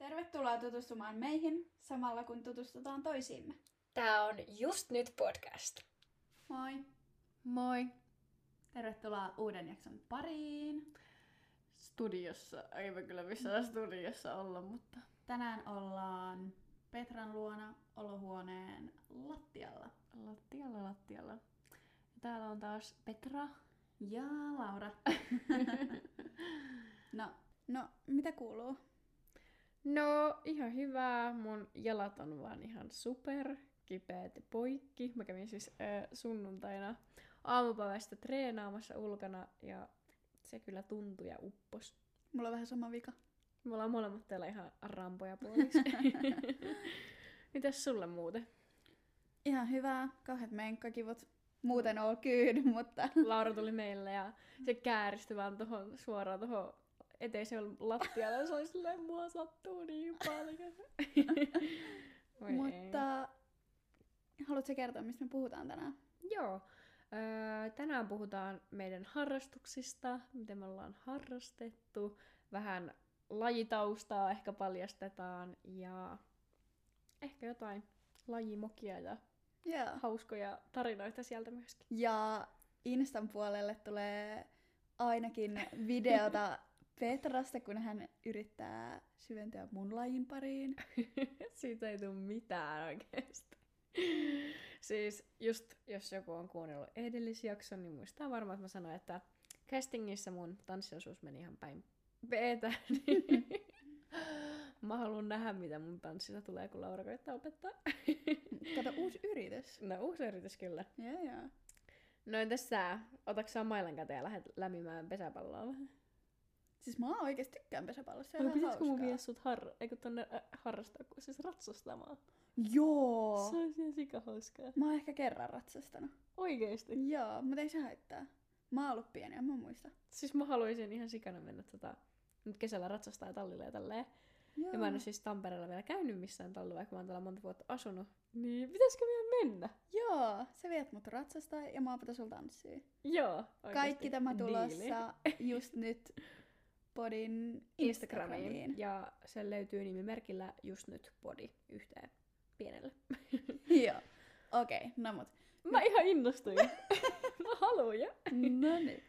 Tervetuloa tutustumaan meihin samalla kun tutustutaan toisiimme. Tää on Just Nyt podcast. Moi! Moi! Tervetuloa uuden jakson pariin. Studiossa, ei me kyllä missään studiossa olla, mutta... Tänään ollaan Petran luona olohuoneen lattialla. Lattialla. Ja täällä on taas Petra. Ja Laura. No, mitä kuuluu? No, ihan hyvää. Mun jalat on vaan ihan super kipeät ja poikki. Mä kävin siis sunnuntaina aamupäivästä treenaamassa ulkona ja se kyllä tuntui ja uppos. Mulla on vähän sama vika. Me ollaan molemmat täällä ihan rampoja puoliksi. Mitäs sulle muuten? Ihan hyvää. Kauheat menkkakivut. Muuten all good, mutta... Laura tuli meille ja se kääristyi vaan suoraan tuohon eteisen lattialle ja se oli silleen, mua sattuu niin paljon. Mutta haluatko kertoa, mistä me puhutaan tänään? Joo. Tänään puhutaan meidän harrastuksista, miten me ollaan harrastettu, vähän lajitaustaa ehkä paljastetaan ja ehkä jotain lajimokia ja hauskoja tarinoita sieltä myöskin. Ja Instan puolelle tulee ainakin videota Petrasta, kun hän yrittää syventyä mun lajin pariin. Siitä ei tule mitään oikeesti. Siis just jos joku on kuunnellut edellisjakson, niin muistaa varmaan, että mä sanoin, että castingissa mun tanssiosuus meni ihan päin peetä. Mä haluan nähdä, mitä mun tanssissa tulee, kun Laura koittaa opettaa. Kato, uusi yritys. No, uusi yritys kyllä. Joo. No entäs sä? Otatko sä mailan käteen ja lähdet lämimään pesäpalloa vähän? Siis mä oikeesti tykkään pesäpallosta, se on No, ihan pitäisikö mun hauskaa. vie sut tonne harrastaa, kun siis ratsastamaan? Joo! Se olisi ihan sikahauskaa. Mä oon ehkä kerran ratsastanut. Oikeesti? Joo, mutta ei se haittaa. Mä oon ollut pieni, mä muistan. Siis mä haluaisin ihan sikana mennä nyt kesällä ratsastaa tallilla ja tälleen. Joo. Ja mä en ole siis Tampereella vielä käynyt missään tallilla, vaikka mä oon täällä monta vuotta asunut. Niin pitäisikö vielä mennä? Joo, sä viet mut ratsastaa ja mä opetan sulla tanssia. Joo, oikeesti. Kaikki tämä Diili. tulossa just nyt podin Instagramiin. Ja se löytyy nimimerkillä Just Nyt podi yhteen pienellä. Joo, okei, no mut. Mä ihan innostuin. Mä haluun jo. No niin.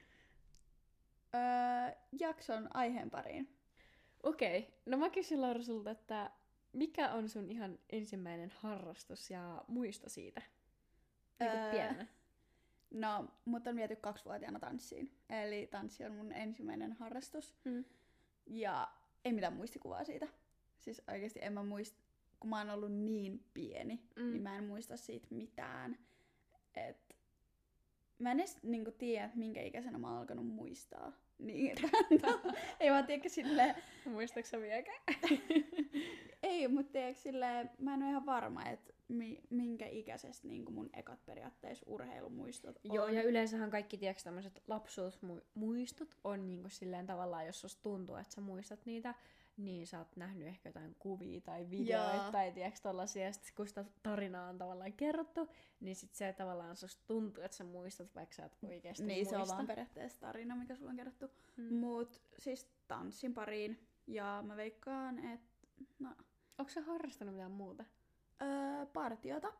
Jakson aiheen pariin. Okei, no mä kysyn Laura sulta, että mikä on sun ihan ensimmäinen harrastus ja muisto siitä? Niin kuin pienenä. No, mut on viety 2-vuotiaana tanssiin. Eli tanssi on mun ensimmäinen harrastus. Ja ei mitään muistikuvaa siitä. Siis oikeesti en mä muista, kun mä oon ollut niin pieni, niin mä en muista siitä mitään. Et mä en edes niinku tiedä, että minkä ikäisenä mä oon alkanut muistaa. Niin, ei vaan tiedäkö silleen... Muistatko sä vieläkään? Ei, mutta tiedätkö silleen, mä en ole ihan varma, että minkä ikäisestä niin mun ekat periaatteessa urheilumuistot on. Joo, ja yleensähän kaikki tiedätkö tämmöiset lapsuusmuistot on niinku silleen tavallaan, jos susta tuntuu, että sä muistat niitä, niin sä oot nähnyt ehkä jotain kuvia tai videoita tai tiedätkö tollasia, ja sit kun sitä tarinaa on tavallaan kerrottu, niin sit se tavallaan susta tuntuu, että sä muistat, vaikka sä et oikeesti niin, muista. se on vaan periaatteessa tarina, mikä sulla on kerrottu. Mut siis tanssin pariin, ja mä veikkaan, että no... Onko sä harrastanut mitään muuta? Partiota.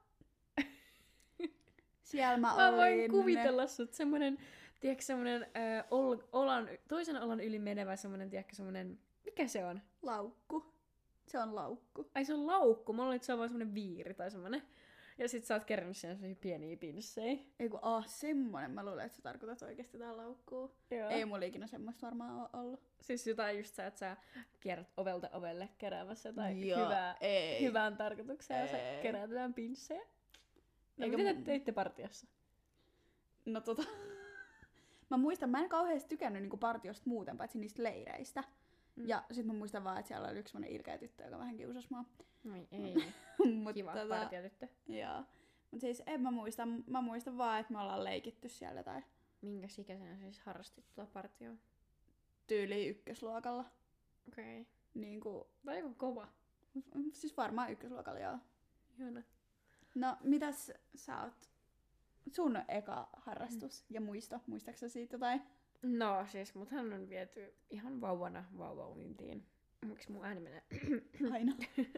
Siellä mä Mä olin... voin kuvitella sut semmonen, tiedätkö semmonen toisen olan yli menevä semmonen, tiedätkö semmonen, mikä se on? Laukku. Se on laukku. Ai se on laukku, mulla oli, että se on vaan semmonen viiri tai semmonen. Ja sit sä oot kerännyt siihen semmosia pieniä pinssejä. Ei kun, semmonen. Mä luulen, että sä tarkoitat oikeesti tää laukkuu. Joo. Ei mulla ikinä semmoista varmaan oo ollut. Siis jotain just sä, että sä kierrät ovelta ovelle keräämässä jotain Joo, ei. hyvään tarkoitukseen ja sä Ei. keräät jotain pinssejä. No Eikä mitä te teitte partiossa? No mä muistan, mä en kauheasti tykännyt niinku partiosta muuten, paitsi niistä leireistä. Ja sit mä muistan vaan, että siellä oli yksi semmonen ilkeä tyttö, joka vähän kiusasi mua. Ai ei. Mut Kiva partiotyttö. Joo. Mut siis en mä muista. Mä muistan vaan, että me ollaan leikitty siellä tai Minkäs ikäisenä siis harrastit tuota partioa? tyyli ykkösluokalla. Okei. Okay. Niinku, Tai aika kova. siis varmaan ykkösluokalla, joo. Ihana. No, mitäs sä oot? Sun eka harrastus ja muisto. Muistaaksä siitä jotain? No siis muthan on viety ihan vauvana vauvauintiin. Miksi mun ääni menee? Aina.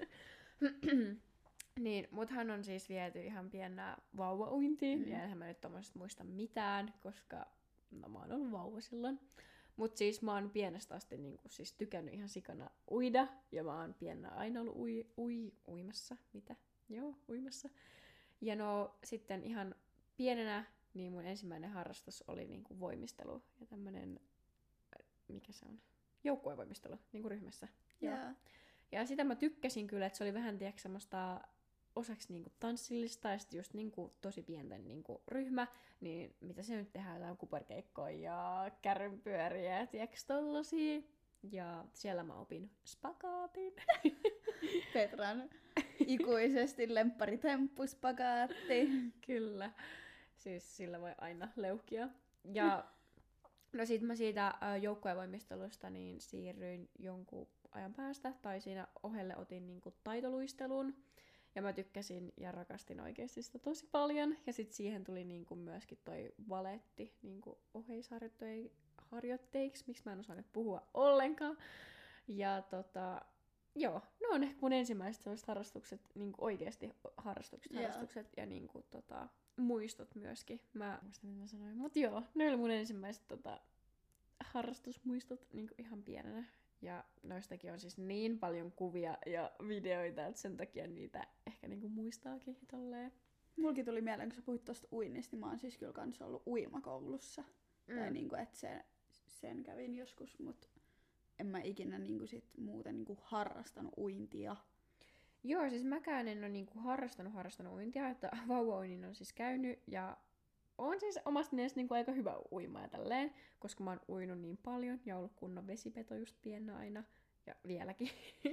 Niin, muthan on siis viety ihan pienää vauvauintiin, ja enhän mä nyt tommosesta muista mitään, koska mä oon ollut vauva silloin. Mut siis mä oon pienestä asti niinku siis tykännyt ihan sikana uida, ja mä oon pienenä aina ollut uimassa. Mitä? Joo, uimassa. Ja no sitten ihan pienenä, niin mun ensimmäinen harrastus oli niinku voimistelu ja tämmönen, mikä se on? Joukkuevoimistelu, niinku ryhmässä. Yeah. Ja sitä mä tykkäsin kyllä, että se oli vähän tiedätkö semmoista osaksi niinku tanssillista ja sitten just niinku tosi pienten niinku ryhmä, niin mitä se nyt tehdään, jotain kuperkeikkoja ja kärrynpyöriä ja tiedätkö tollasia. Ja siellä mä opin spagaatin. Petran ikuisesti lempparitemppu spagaatti. Kyllä. Siis sillä voi aina leuhkia. Ja no sit mä siitä joukkuevoimistelusta niin siirryin jonkun ajan päästä, tai siinä ohelle otin niinku taitoluistelun. Ja mä tykkäsin ja rakastin oikeasti sitä tosi paljon. Ja sit siihen tuli niinku myöskin toi valetti niinku oheisharjoitteiksi, miksi mä en osaa nyt puhua ollenkaan. Ja joo, ne on ehkä mun ensimmäiset sellaiset harrastukset, niinku oikeesti harrastukset ja niinku muistot myöskin. Mä muistan mitä mä sanoin, mut joo, ne oli mun ensimmäiset harrastusmuistot niinku ihan pienenä. Ja noistakin on siis niin paljon kuvia ja videoita, että sen takia niitä ehkä niinku muistaakin tolleen. Mulki tuli mieleen, kun sä puhuit tosta uinnista, niin mä oon siis kyllä kans ollut uimakoulussa. Tai niinku, että sen kävin joskus, mut en mä ikinä niinku sit muuten niinku harrastanut uintia. Joo, siis mäkään en oo niinku harrastanut uintia, että vauvauinnin on siis käynyt ja on siis omasta mielestä niinku aika hyvä uimaa tälleen, koska mä oon uinut niin paljon ja ollut kunnon vesipeto just pienenä aina ja vieläkin.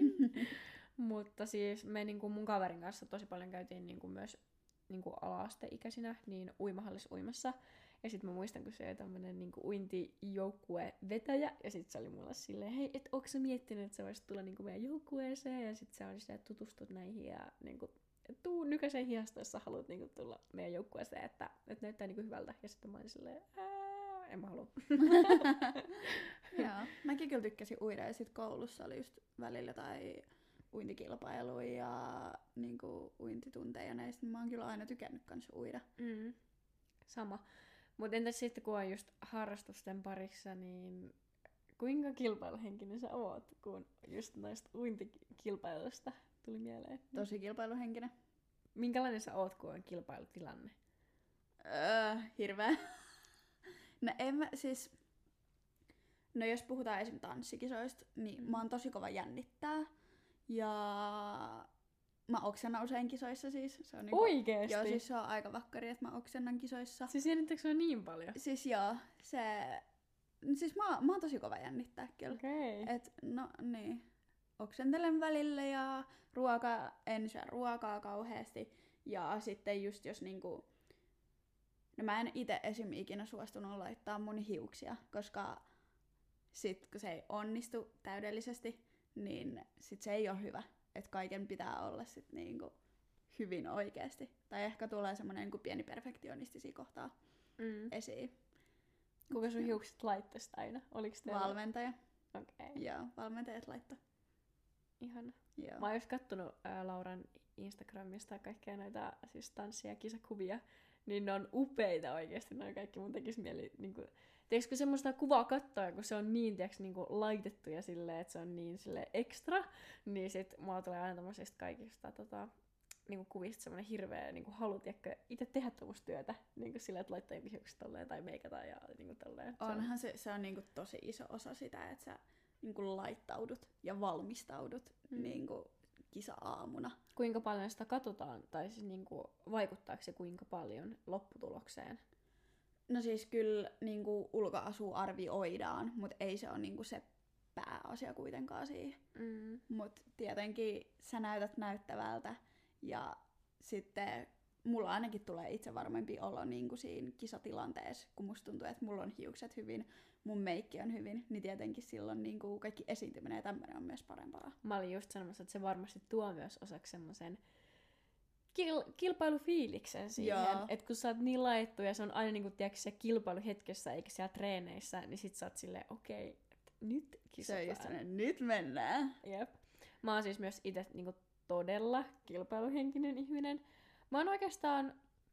Mutta siis me niinku mun kaverin kanssa tosi paljon käytiin niinku myös niinku ala-asteikäisinä niin uimahallissa uimassa. Ja sit mä muistan, kun se oli tämmönen niinku uintijoukkue-vetäjä, ja sit se oli mulle silleen, hei, et onko sä miettinyt, että sä voisit tulla niinku meidän joukkueeseen, ja sit se oli silleen, että tutustut näihin, ja niinku, tuu nykäiseen hiasta, jos sä haluat niinku tulla meidän joukkueeseen, että näyttää niinku hyvältä. Ja sitten mä olin silleen, en mä halua. Joo, mäkin kyllä tykkäsin uida, ja sit koulussa oli just välillä tai uintikilpailuja ja niinku uintitunteja näistä, niin mä oon kyllä aina tykännyt kans uida. Sama. Mutta entäs sitten, kun on just harrastusten parissa, niin kuinka kilpailuhenkinen sä oot, kun just noista uintikilpailuista tuli mieleen? Tosi kilpailuhenkinen. Minkälainen sä oot, kun on kilpailutilanne? Hirveä. No en mä siis... No jos puhutaan esim. Tanssikisoista, niin mä oon tosi kova jännittää. Ja mä oksennan usein kisoissa siis. Se on niinku, oikeesti? Joo, siis se on aika vakkari, että mä oksennan kisoissa. Siis jännittääkö se on niin paljon? Siis joo, siis mä oon tosi kova jännittää kyllä. Okei. Et no niin, oksentelen välillä ja en syö ruokaa kauheasti. Ja sitten just jos niinku... No mä en ite esim. Ikinä suostunut laittaa mun hiuksia, koska sit kun se ei onnistu täydellisesti, niin sit se ei ole hyvä. Että kaiken pitää olla sit niinku hyvin oikeesti. Tai ehkä tulee semmonen niinku pieni perfektionistisia kohtaa esiin. Kuka sun hiukset laittoi aina? Oliks teillä? Valmentaja. Okei. Joo, valmentajat laittoi. Ihana. Joo. Mä oon just kattonut Lauran Instagramista kaikkea noita siis tanssia ja kisakuvia, niin ne on upeita oikeesti. Ne on kaikki, mun tekis mieli niinku... Tiedätkö, kun semmoista kuvaa katsoa, kun se on niin, tiedätkö, niinku laitettu ja silleen, että se on niin silleen ekstra, niin sit mulla tulee aina tommosista kaikista niinku kuvista semmonen hirveä niinku halu, tiedätkö, itse tehdä tommoista työtä, niinku silleen, että laittaa hiukset tolleen tai meikata ja niinku tolleen. Onhan se on niinku tosi iso osa sitä, että sä niinku laittaudut ja valmistaudut niinku kisa-aamuna. Kuinka paljon sitä katsotaan, tai siis niinku, vaikuttaako se kuinka paljon lopputulokseen? No siis kyllä niinku ulkoasu arvioidaan, mutta ei se ole niinku se pääasia kuitenkaan siihen. Mutta tietenkin sä näytät näyttävältä ja sitten mulla ainakin tulee itse varmempi olo niinku siinä kisatilanteessa, kun musta tuntuu, että mulla on hiukset hyvin, mun meikki on hyvin, niin tietenkin silloin niinku kaikki esiintyminen ja tämmöinen on myös parempaa. Mä olin just sanomassa, että se varmasti tuo myös osaksi semmoisen kilpailufiiliksen siihen, että kun sä oot niin laittu ja se on aina niinku, tiedätkö, se kilpailu hetkessä eikä siellä treeneissä, niin sit sä oot silleen, okei, nyt Se kisataan. on just sellainen, nyt mennään. Jep. Mä oon siis myös itse niinku todella kilpailuhenkinen ihminen. Mä oon oikeastaan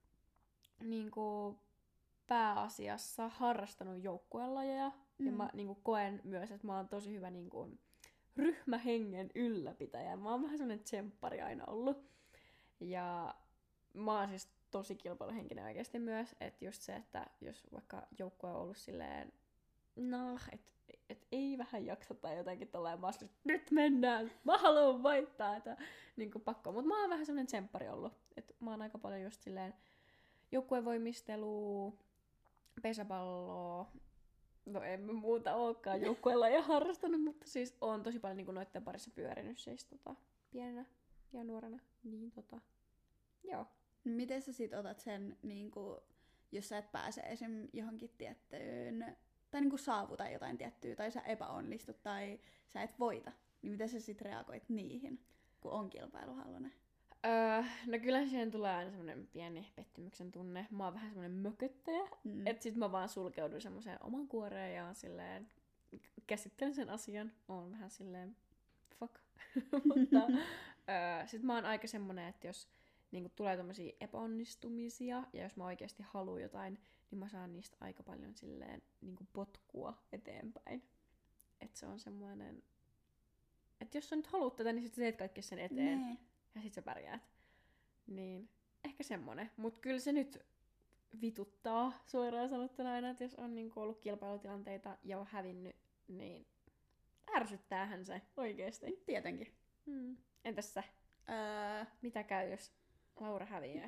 niinku pääasiassa harrastanut joukkuelajeja. Ja mä niinku koen myös, että mä oon tosi hyvä niinku ryhmähengen ylläpitäjä. Mä oon vähän semmonen tsemppari aina ollut. Ja mä oon siis tosi kilpailuhenkinen oikeasti myös. Että just se, että jos vaikka joukkue on ollut silleen, no, et ei vähän jaksa tai jotenkin tolleen, mä oon silleen, nyt mennään, mä haluan voittaa. Että niinku pakko. Mut mä oon vähän semmonen tsemppari ollut. Että mä oon aika paljon just silleen joukkuevoimistelua, pesäpalloa. No en mä muuta olekaan joukkueella ja harrastanut, mutta siis oon tosi paljon niinku noitten parissa pyörinyt siis pienenä ja nuorena. Niin joo. Miten sä sit otat sen, niinku, jos sä et pääse esim. Johonkin tiettyyn, tai niinku saavuta jotain tiettyä, tai sä epäonnistut, tai sä et voita, niin miten sä sit reagoit niihin, kun on kilpailuhalunen? No kyllä siihen tulee aina semmonen pieni pettymyksen tunne. Mä oon vähän semmonen mököttäjä. Et sit mä vaan sulkeudun semmoiseen oman kuoreen ja silleen käsittelen sen asian. Oon vähän silleen fuck. Mutta sit mä oon aika semmonen, että jos niinku tulee tommosia epäonnistumisia ja jos mä oikeesti haluan jotain, niin mä saan niistä aika paljon silleen niinku potkua eteenpäin. Et se on semmoinen, että jos sä nyt haluat tätä, niin sit sä teet kaikki sen eteen. Nee. Ja sit sä pärjäät. Niin, ehkä semmonen. Mut kyllä se nyt vituttaa suoraan sanottuna aina, että jos on niinku ollut kilpailutilanteita ja on hävinnyt, niin ärsyttäähän se oikeesti. Tietenkin. Entäs sä? Mitä käy, jos Laura häviää?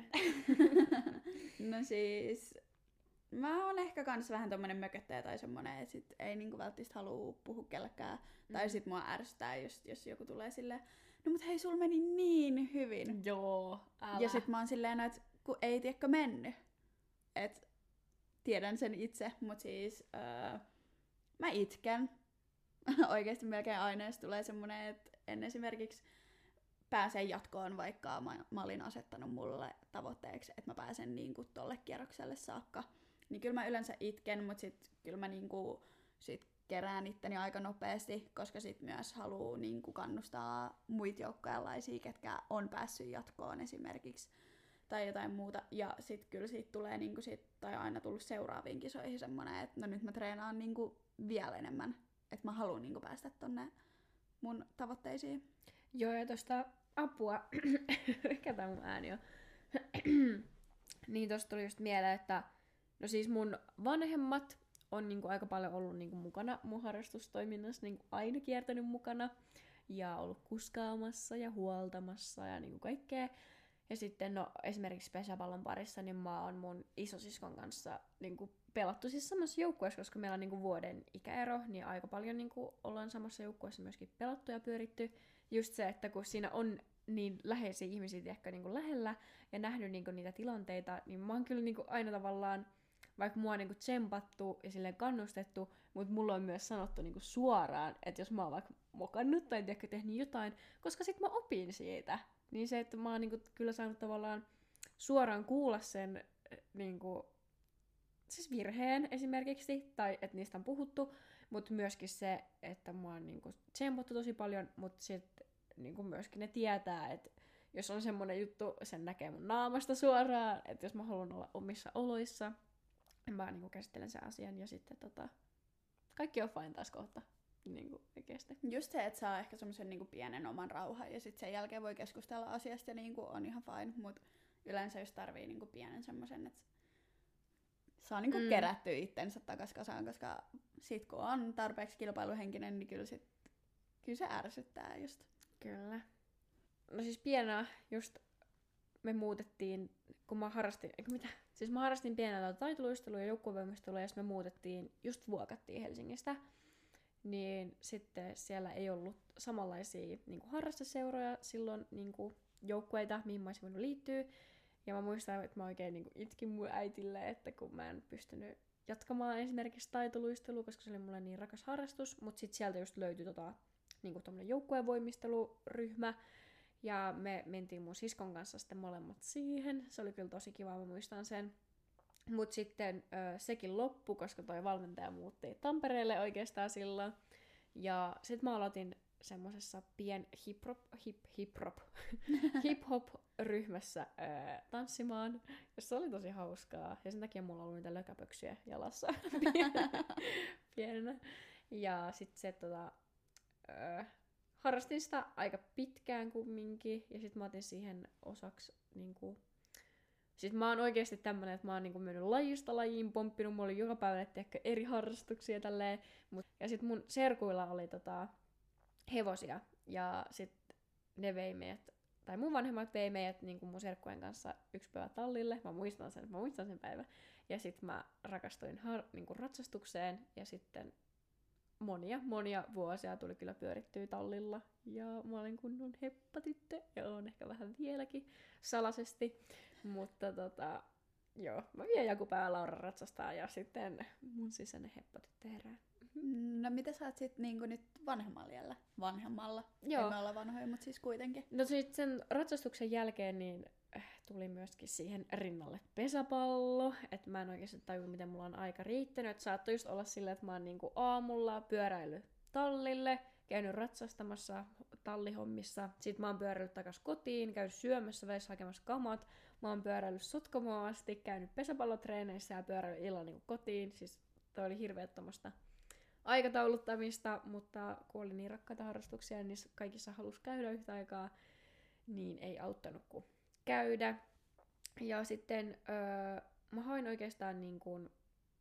No siis, mä oon ehkä kans vähän tommonen mököttäjä tai semmonen, että sit ei niinku välttämättä halua puhua kellekään. Tai sit mua ärsyttää just, jos joku tulee silleen, no mut hei, sul meni niin hyvin. Joo, älä. Ja sit mä oon silleen, että kun ei tiedäkö mennyt. Et tiedän sen itse, mut siis mä itken. Oikeesti melkein aina, jos tulee semmonen, että en esimerkiksi pääse jatkoon, vaikka mä olin asettanut mulle tavoitteeksi, että mä pääsen niinku tolle kierrokselle saakka. Niin kyllä mä yleensä itken, mut sit kyllä mä niinku sit kerään itteni aika nopeasti, koska sit myös haluu niinku kannustaa muita joukkueenlaisia, ketkä on päässyt jatkoon esimerkiksi tai jotain muuta. Ja sit kyllä siitä tulee niinku tai aina tullut seuraaviin kisoihin semmonen, että no nyt mä treenaan niinku vielä enemmän, että mä haluan niinku päästä tonne mun tavoitteisiin. Joo, ja tosta apua, mikä tää mun ääni on, niin tosta tuli just mieleen, että no siis mun vanhemmat on niinku aika paljon ollut niinku mukana mun harrastustoiminnassa, niinku aina kiertänyt mukana ja ollut kuskaamassa ja huoltamassa ja niinku kaikkea. Ja sitten no esimerkiksi pesäpallon parissa, niin mä oon mun isosiskon kanssa niinku pelattu siis samassa joukkueessa, koska meillä on niinku vuoden ikäero, niin aika paljon niinku ollaan samassa joukkueessa myöskin pelattu ja pyöritty. Just se, että kun siinä on niin läheisiä ihmisiä ehkä niinku lähellä ja nähnyt niinku niitä tilanteita, niin mä oon kyllä niinku aina tavallaan, vaikka mua on niinku tsempattu ja silleen kannustettu, mutta mulla on myös sanottu niinku suoraan, että jos mä oon vaikka mokannut tai tehnyt jotain, koska sit mä opin siitä. Niin se, että mä oon niinku kyllä saanut tavallaan suoraan kuulla sen niinku, siis virheen esimerkiksi, tai että niistä on puhuttu, mutta myöskin se, että mä oon niinku tsempattu tosi paljon, mutta sit niinku myöskin ne tietää, että jos on semmonen juttu, sen näkee mun naamasta suoraan, että jos mä haluan olla omissa oloissa, mä niinku käsittelen sen asian ja sitten kaikki on fine taas kohta. Niinku oikeesti. Just se, että saa ehkä semmoisen niinku pienen oman rauhan ja sitten sen jälkeen voi keskustella asiasta ja niinku on ihan fine, mutta yleensä jos tarvii niinku pienen semmoisen, että saa niinku kerättyä itsensä takas kasaan, koska sit kun on tarpeeksi kilpailuhenkinen, niin kyllä se ärsyttää just. Kyllä. No siis pienenä just me muutettiin, kun mä harrastin, Siis mä harrastin pienellä taitoluistelua ja joukkuevoimistelua, ja sitten me muutettiin, just vuokattiin Helsingistä. Niin sitten siellä ei ollut samanlaisia niin kuin harrasteseuroja silloin niin kuin joukkueita, mihin mä olisin voinut liittyä. Ja mä muistan, että mä oikein niin kuin itkin mun äitille, että kun mä en pystynyt jatkamaan esimerkiksi taitoluistelua, koska se oli mulle niin rakas harrastus. Mutta sitten sieltä just löytyi niin kuin tommonen joukkuevoimisteluryhmä. Ja me mentiin mun siskon kanssa sitten molemmat siihen. Se oli kyllä tosi kiva, mä muistan sen. Mut sitten sekin loppui, koska toi valmentaja muutti Tampereelle oikeastaan silloin. Ja sit mä aloitin semmosessa hip-hop-ryhmässä tanssimaan. Ja se oli tosi hauskaa. Ja sen takia mulla oli niitä lökäpöksyjä jalassa pienenä. Ja sit se harrastin sitä aika pitkään kumminkin. Ja sit mä otin siihen osaksi niinku... Siis mä oon oikeesti tämmönen, että mä oon niinku mennyt lajista lajiin, pomppinut, mulla oli joka päivä eri harrastuksia tälleen. Ja sit mun serkuilla oli hevosia. Ja sit ne vei meidät, tai mun vanhemmat vei meidät niin kuin mun serkkujen kanssa yksi päivä tallille. Mä muistan sen päivän. Ja sit mä rakastuin niin kuin ratsastukseen. Ja sitten monia vuosia tuli kyllä pyörittyä tallilla. Ja mä olin kunnon heppatyttö. Ja oon ehkä vähän vieläkin salaisesti. Mutta joo, mä vien joku päivä Laura ratsastaa ja sitten mun sisäinen heppatyttö herää. No mitä sä oot sit niinku nyt vanhemmalla? Joo. Emme olla vanhoja, mutta siis kuitenkin. No sit sen ratsastuksen jälkeen niin tuli myöskin siihen rinnalle pesäpallo. Että mä en oikeesti tajua, miten mulla on aika riittänyt. Että saattoi just olla silleen, että mä oon niinku aamulla pyöräillyt tallille, käynyt ratsastamassa tallihommissa. Sitten mä oon pyöräillyt takas kotiin, käynyt syömässä välissä hakemassa kamat. Mä oon pyöräillyt Sotkamoon asti, käynyt pesäpallotreeneissä ja pyöräillyt illalla niinku kotiin. Siis toi oli hirveet tommoista aikatauluttamista, mutta kun oli niin rakkaita harrastuksia, niin kaikissa halusi käydä yhtä aikaa, niin ei auttanut kuin käydä. Ja sitten mä hain oikeastaan niin kuin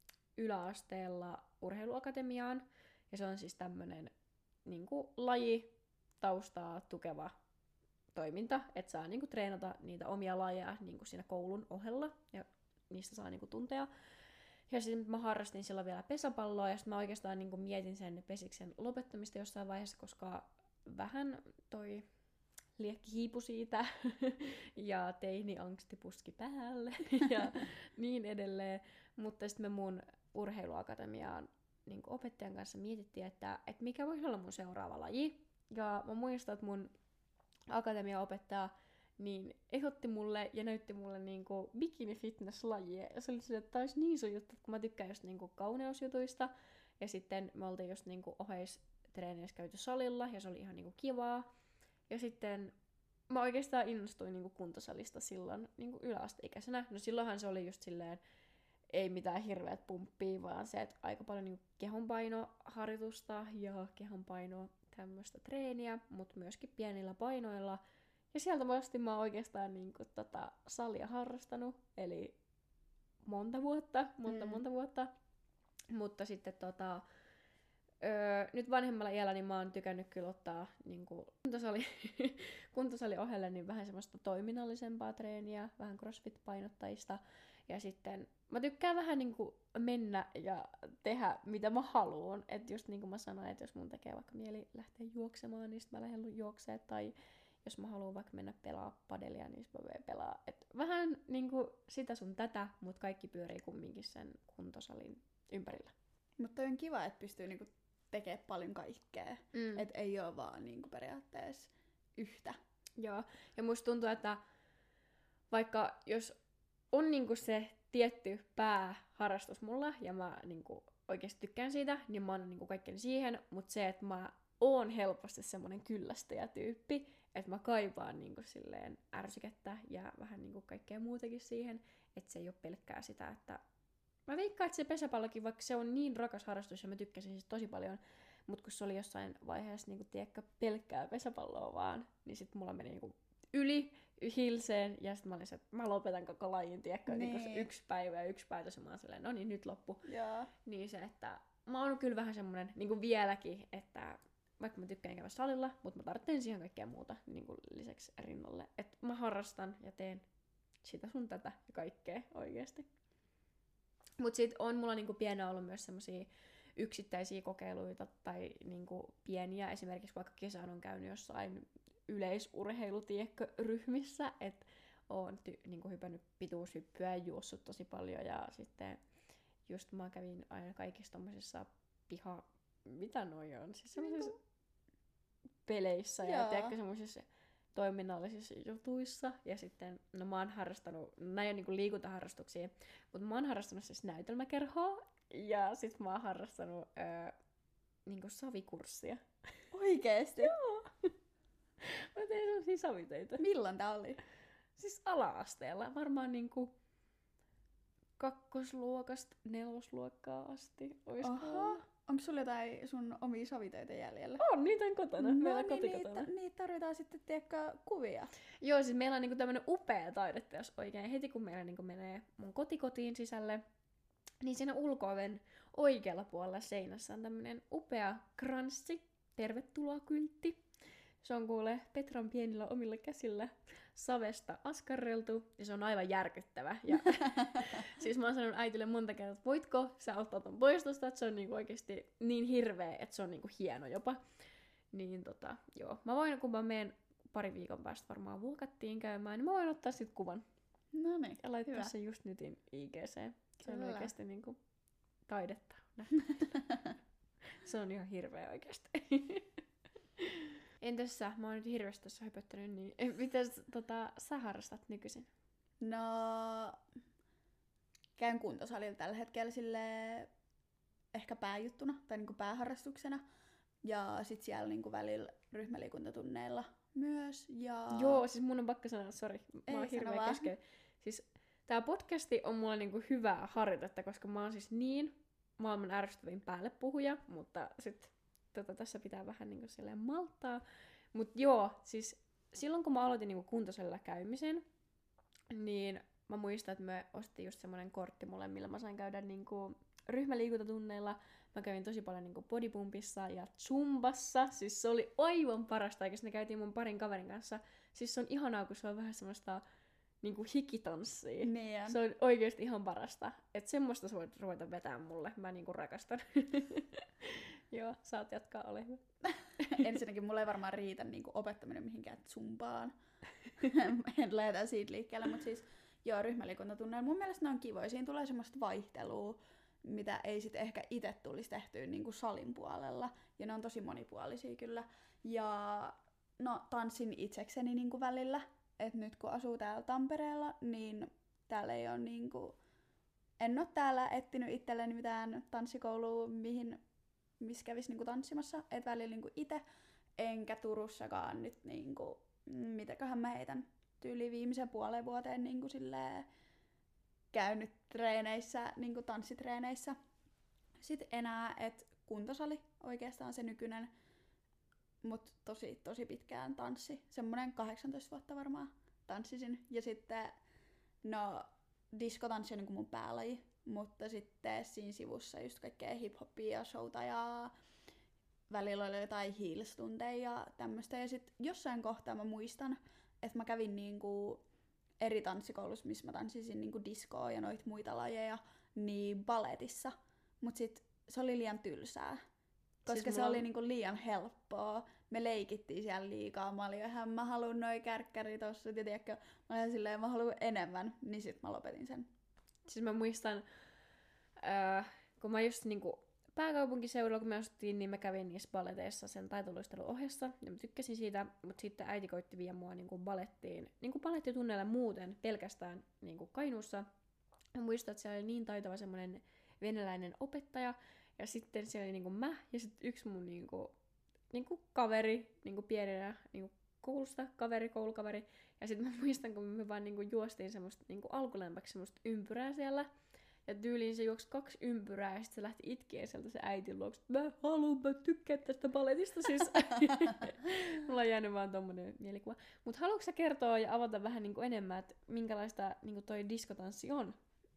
yläasteella urheiluakatemiaan, ja se on siis tämmönen niin kuin lajitaustaa tukeva toiminta, että saa niin kuin treenata niitä omia lajeja niin kuin siinä koulun ohella, ja niistä saa niin kuin tunteja. Ja sitten mä harrastin silloin vielä pesäpalloa, ja sitten mä oikeastaan niin kuin mietin sen pesiksen lopettamista jossain vaiheessa, koska vähän toi liekki hiipui siitä, ja teini-angsti puski päälle, ja niin edelleen. Mutta sitten me mun urheiluakatemiaan niin kuin opettajan kanssa mietittiin, että mikä voisi olla mun seuraava laji. Ja mä muistan, että mun akatemiaopettaja niin ehdotti mulle ja näytti mulle niinku bikini-fitness-lajia. Ja se oli sille, että tää olisi niin sun juttu, kun mä tykkään just niinku kauneusjutuista. Ja sitten me oltiin just niinku oheistreeneissä käyty salilla ja se oli ihan niinku kivaa. Ja sitten mä oikeastaan innostuin niinku kuntosalista silloin niinku yläasteikäisenä. No silloinhan se oli just silleen, ei mitään hirveät pumppia, vaan se, että aika paljon niinku kehonpainoharjoitusta ja kehonpainoa tämmöistä treeniä, mutta myöskin pienillä painoilla. Ja sieltä vasti mä oon oikeastaan niinku salia harrastanut, eli monta vuotta. Mutta sitten nyt vanhemmalla iällä niin mä oon tykännyt kyllä ottaa niinku kuntosali ohelle niin vähän semmoista toiminnallisempaa treeniä, vähän crossfit-painottajista. Ja sitten mä tykkään vähän niinku mennä ja tehdä mitä mä haluun. Että just niin kuin mä sanoin, että jos mun tekee vaikka mieli lähteä juoksemaan, niin sit mä lähden juoksemaan. Tai jos mä haluan vaikka mennä pelaa padelia, niin sit mä voin pelaa. Et vähän niinku sitä sun tätä, mutta kaikki pyörii kumminkin sen kuntosalin ympärillä. Mutta on kiva, että pystyy niinku tekemään paljon kaikkea. Että ei oo vaan niinku periaatteessa yhtä. Joo, ja musta tuntuu, että vaikka jos on niinku se tietty pääharrastus mulla, ja mä niinku oikeesti tykkään siitä, niin mä annan niinku kaikkeni siihen, mutta se, että mä oon helposti semmonen kyllästäjätyyppi, että mä kaipaan niinku silleen ärsykettä ja vähän niinku kaikkea muutakin siihen, että se ei ole pelkkää sitä, että mä veikkaan, että se pesäpallokin, vaikka se on niin rakas harrastus ja mä tykkäsin siis tosi paljon, mutta kun se oli jossain vaiheessa niinku, tiedätkö, pelkkää pesäpalloa vaan, niin sit mulla meni niinku yli hilseen, ja sitten mä olin se, että mä lopetan koko lajin, tiedätkö, niin. Niin yksi päätös, ja mä oon silleen, no niin, nyt loppu. Jaa. Niin se, että mä oon kyllä vähän semmonen, niinku vieläkin, että vaikka mä tykkään käydä salilla, mutta mä tarvitsen siihen kaikkea muuta niinku lisäksi rinnalle. Että mä harrastan ja teen sitä sun tätä ja kaikkea oikeesti. Mut sit on mulla niinku pienä ollut myös semmosia yksittäisiä kokeiluita tai niinku pieniä. Esimerkiksi vaikka kesän on käynyt jossain yleisurheilutiekkö-ryhmissä, että oon niinku hypännyt pituushyppyä ja juossut tosi paljon. Ja sitten just mä kävin aina kaikissa tommosissa mitä noi on? Siis semmoisissa peleissä ja tiedätkö semmoisissa toiminnallisissa jutuissa. Ja sitten, no mä oon harrastanut, näin on niinku liikuntaharrastuksia, mutta mä oon harrastanut siis näytelmäkerhoa. Ja sit mä oon harrastanut niinku savikurssia. Oikeesti? Joo. Mä tein sellaisia savitöitä. Milloin tää oli? Siis ala-asteella. Varmaan niinku 2. luokasta 4. luokkaa asti. Aha. Onko sulla jotain sun omia savitöitä jäljellä? On, niitä on kotona. Meillä on kotikotona. Niitä tarvitaan sitten, tiedätkö, kuvia. Joo, siis meillä on niinku tämmönen upea taideteos oikein. Heti kun meillä niinku menee mun kotikotiin sisälle, niin siinä ulko-oven oikealla puolella seinässä on tämmönen upea kranssi, tervetuloa-kyltti. Se on kuule Petran pienillä omilla käsillä savesta askarreltu, ja se on aivan järkyttävä. Ja siis mä oon sanonut äitille monta kertaa, että voitko sä ottaa ton pois tosta, että se on niinku oikeesti niin hirveä, että se on niinku hieno jopa. Niin joo. Mä voin, kun mä menen pari viikon päästä varmaan Vuokattiin käymään, niin mä voin ottaa sit kuvan. No niin, ja laittaa hyvä. sen just nytin IGC. Se on Kyllä. oikeesti niinku taidetta. Se on ihan hirveä oikeesti. Entäs sä? Mä oon nyt hirveästi tässä höpöttänyt, niin mitäs sä harrastat nykyisin? No, käyn kuntosalilla tällä hetkellä silleen ehkä pääjuttuna tai niinku pääharrastuksena. Ja sit siellä niinku välillä ryhmäliikuntatunneilla myös. Ja... Joo, siis mun on pakko sanoa, sori, mä oon Ei, sano hirveä vaan. kesken. Siis tää podcasti on mulle niinku hyvää harjoitetta, koska mä oon siis niin maailman ärsyttävin päälle puhuja, mutta sit tässä pitää vähän niinku silleen malttaa. Mut joo, siis silloin kun mä aloitin niinku kuntosalilla käymisen, niin mä muistan, että me ostettiin just semmonen kortti mulle, millä mä sain käydä niinku ryhmäliikuntatunneilla. Mä kävin tosi paljon niinku bodypumpissa ja zumbassa. Siis se oli aivan parasta, eikä sinne käytiin mun parin kaverin kanssa. Siis se on ihanaa, kun se on vähän semmoista niinku hikitanssia. Niin on. Se on oikeesti ihan parasta. Et semmoista sä voit ruveta vetää mulle. Mä niinku rakastan. Joo, saat jatkaa, ole hyvä. Ensinnäkin mulla ei varmaan riitä niinku opettaminen mihinkään zumbaan. En lähdetä siitä liikkeelle, mutta siis joo, ryhmäliikuntatunneilla mun mielestä ne on kivoja. Siinä tulee semmoista vaihtelua, mitä ei sit ehkä itse tulisi tehtyä niinku salin puolella. Ja ne on tosi monipuolisia kyllä. Ja no, tanssin itsekseni niinku välillä. Et nyt kun asuu täällä Tampereella, niin täällä ei ole niinku... En oo täällä etsinyt itselleni mitään tanssikoulua, missä kävis niinku tanssimassa. Et välillä niinku ite. Enkä Turussakaan nyt niinku... Mitäköhän mä heitän tyyliin viimeisen puolen vuoteen niinku silleen... käynyt treeneissä, niinku tanssitreeneissä. Sitten enää, että kuntosali oikeastaan se nykyinen, mut tosi pitkään tanssi. Semmonen 18 vuotta varmaan tanssisin. Ja sitten, no, diskotanssi on niinku mun päälaji, mutta sitten siinä sivussa just kaikkea hip-hopia ja showta ja välillä oli jotain heels-tunteja ja tämmöstä. Ja sitten jossain kohtaa mä muistan, että mä kävin niinku eri tanssikoulussa, missä mä tanssisin niinku diskoa ja noita muita lajeja, niin baletissa. Mut sit se oli liian tylsää. Koska Siis se oli niinku liian helppoa. Me leikittiin siellä liikaa. Mä olin ihan, mä haluun noi kärkkäri tossa. Ja tiedätkö, mä olin silleen, mä haluun enemmän. Niin sit mä lopetin sen. Siis mä muistan, kun mä just niinku pääkaupunkiseudulla, kun me asuttiin, niin mä kävin niissä balleteissa sen taitoluistelun ohessa. Ja mä tykkäsin siitä, mutta sitten äiti koitti viedä mua niinku balettiin, niinku balettitunneille muuten, pelkästään niinku Kainuussa. Mä muistan, että siellä oli niin taitava semmonen venäläinen opettaja, ja sitten siellä oli niinku mä, ja sitten yksi mun niinku kaveri, niinku pienenä niinku koulusta, koulukaveri. Ja sitten mä muistan, kun me vaan niinku juostiin semmoista niinku alkulämpäksi semmoista ympyrää siellä. Ja tyyliin se juoksi 2 ympyrää ja sitten se lähti itkeen sieltä se äitin luokse. Mä tykkään tästä balletista siis. Mulla on jäänyt vaan tommonen mielikuva. Mut haluatko sä kertoa ja avata vähän niinku enemmän, että minkälaista niinku toi diskotanssi on?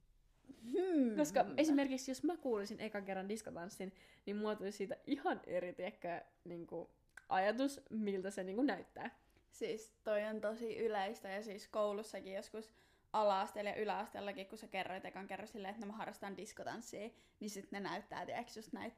Koska esimerkiksi jos mä kuulisin ekan kerran diskotanssin, niin mulla tuli siitä ihan eri niinku ajatus, miltä se niinku näyttää. Siis toi on tosi yleistä ja siis koulussakin joskus ala-asteella ja yläasteellakin, kun sä kerroit ekan kerran silleen, että mä harrastan diskotanssia, niin sit ne näyttää, tiiäks, just näitä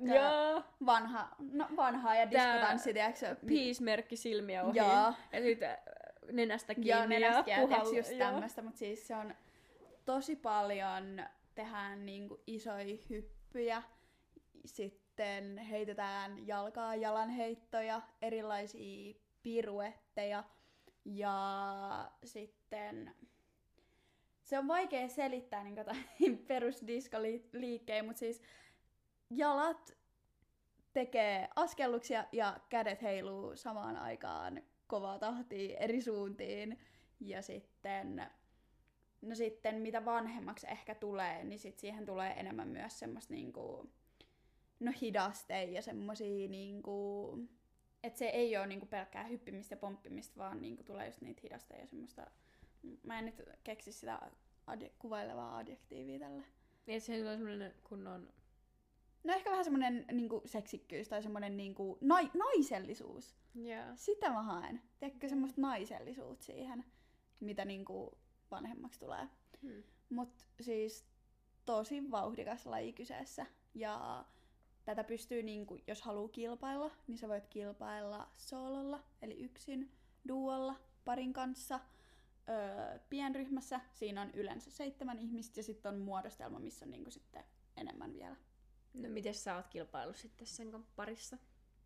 vanhaa ja diskotanssi, tiiäks. Peace-merkki silmiä ohi. Joo. Ja sitten nenästä kiinni Joo, nenästä ja tiiäks, just tämmöstä, mut siis se on tosi paljon, tehdään niinku isoja hyppyjä, sitten heitetään jalkaa, jalanheittoja, erilaisia piruetteja ja sitten se on vaikea selittää niin jotain perusdiskoliikkejä, mutta siis jalat tekee askelluksia ja kädet heiluu samaan aikaan kovaa tahtia eri suuntiin. Ja sitten, no sitten mitä vanhemmaksi ehkä tulee, niin sit siihen tulee enemmän myös semmoista niinku, no hidaste ja semmosia niinku, että se ei ole niinku pelkkää hyppimistä ja pomppimista, vaan niinku tulee just niitä hidasteja ja semmoista, mä en nyt keksi sitä kuvailevaa adjektiivia tälle. Niin, että se on semmoinen kunnon... No ehkä vähän semmonen niinku seksikkyys tai semmonen niinku naisellisuus. Yeah. Sitä mä haen. Tiedätkö semmoista naisellisuutta siihen, mitä niinku vanhemmaksi tulee. Mut siis tosi vauhdikas laji kyseessä. Ja tätä pystyy, niinku, jos haluaa kilpailla, niin sä voit kilpailla soololla, eli yksin, duolla, parin kanssa, pienryhmässä. Siinä on yleensä 7 ihmistä ja sitten on muodostelma, missä on niinku sitten enemmän vielä. No miten sä oot kilpaillut sitten sen parissa?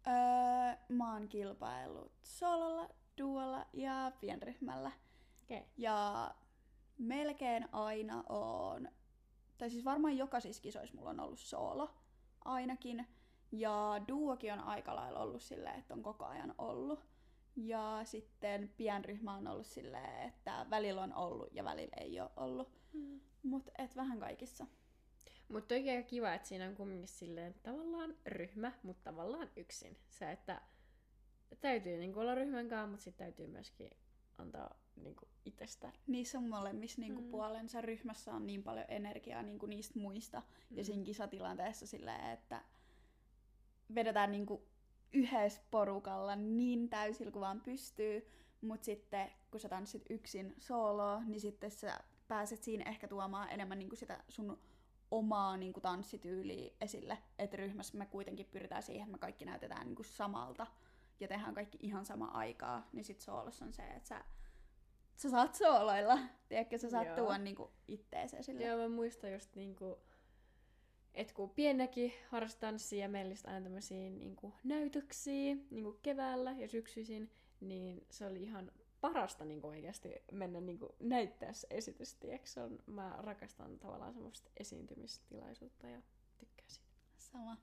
Mä oon kilpaillut soololla, duolla ja pienryhmällä. Okay. Ja melkein aina on, tai siis varmaan jokaisissa kisoissa mulla on ollut soolo ainakin. Ja duokin on aika lailla ollut silleen, että on koko ajan ollut. Ja sitten pienryhmä on ollut silleen, että välillä on ollut ja välillä ei ole ollut. Mut et vähän kaikissa. Mutta oikein aika kiva, että siinä on kumminkin silleen tavallaan ryhmä, mutta tavallaan yksin. Se, että täytyy niinku olla ryhmän kanssa, mutta sitten täytyy myöskin antaa niinku itsestä. Niissä on molemmissa niinku puolensa. Ryhmässä on niin paljon energiaa niinku niistä muista. Ja siinä kisatilanteessa silleen, että vedetään niinku yhdessä porukalla niin täysillä kuin vaan pystyy. Mutta sitten kun sä tanssit yksin sooloa, niin sitten sä pääset siinä ehkä tuomaan enemmän niinku sitä sun omaa niinku tanssityyliä esille. Että ryhmässä me kuitenkin pyritään siihen, että me kaikki näytetään niinku samalta ja tehdään kaikki ihan samaa aikaa. Niin sit soolossa on se, että sä saat sooloilla. Tiedätkö, sä saat tuoda niinku ittees esille. Joo, mä muistan just niinku, että kun pienäkin harrastanssia ja meillä oli aina tämmösiä niinku näytöksiä niinku keväällä ja syksyisin, niin se oli ihan parasta niinku oikeasti mennä niinku näyttää se esitys, tiiäks? Mä rakastan tavallaan semmoista esiintymistilaisuutta ja tykkään siitä. Sama.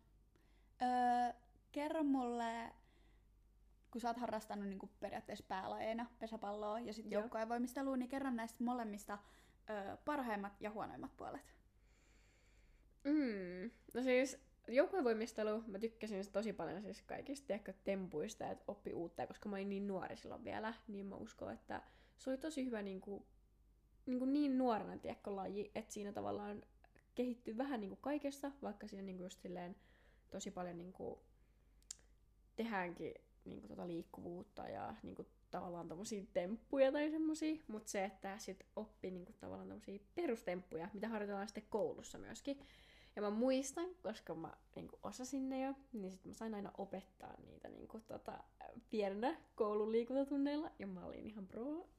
Kerro mulle, kun sä oot harrastanut niinku periaatteessa päälajeina pesäpalloa ja sitten joukkuevoimistelua, niin kerro näistä molemmista parhaimmat ja huonoimmat puolet. No siis joukkuevoimistelu, mä tykkäsin tosi paljon siis kaikista ehkä tempuista, että oppi uutta, ja koska mä olin niin nuori silloin vielä, niin mä uskon, että se oli tosi hyvä niin nuorena tiedätkö, laji, että siinä tavallaan kehittyy vähän niinku kaikessa, vaikka siinä niinku just silleen tosi paljon niinku tehdäänkin niinku liikkuvuutta ja niinku tavallaan tommosia temppuja tai semmosia, mutta se, että sit oppii niinku tavallaan tommosia perustemppuja, mitä harjoitellaan sitten koulussa myöskin. Ja mä muistan, koska mä niinku osasin ne jo, niin sit mä sain aina opettaa niitä niinku pienenä koulun liikuntatunneilla, ja mä olin ihan pro.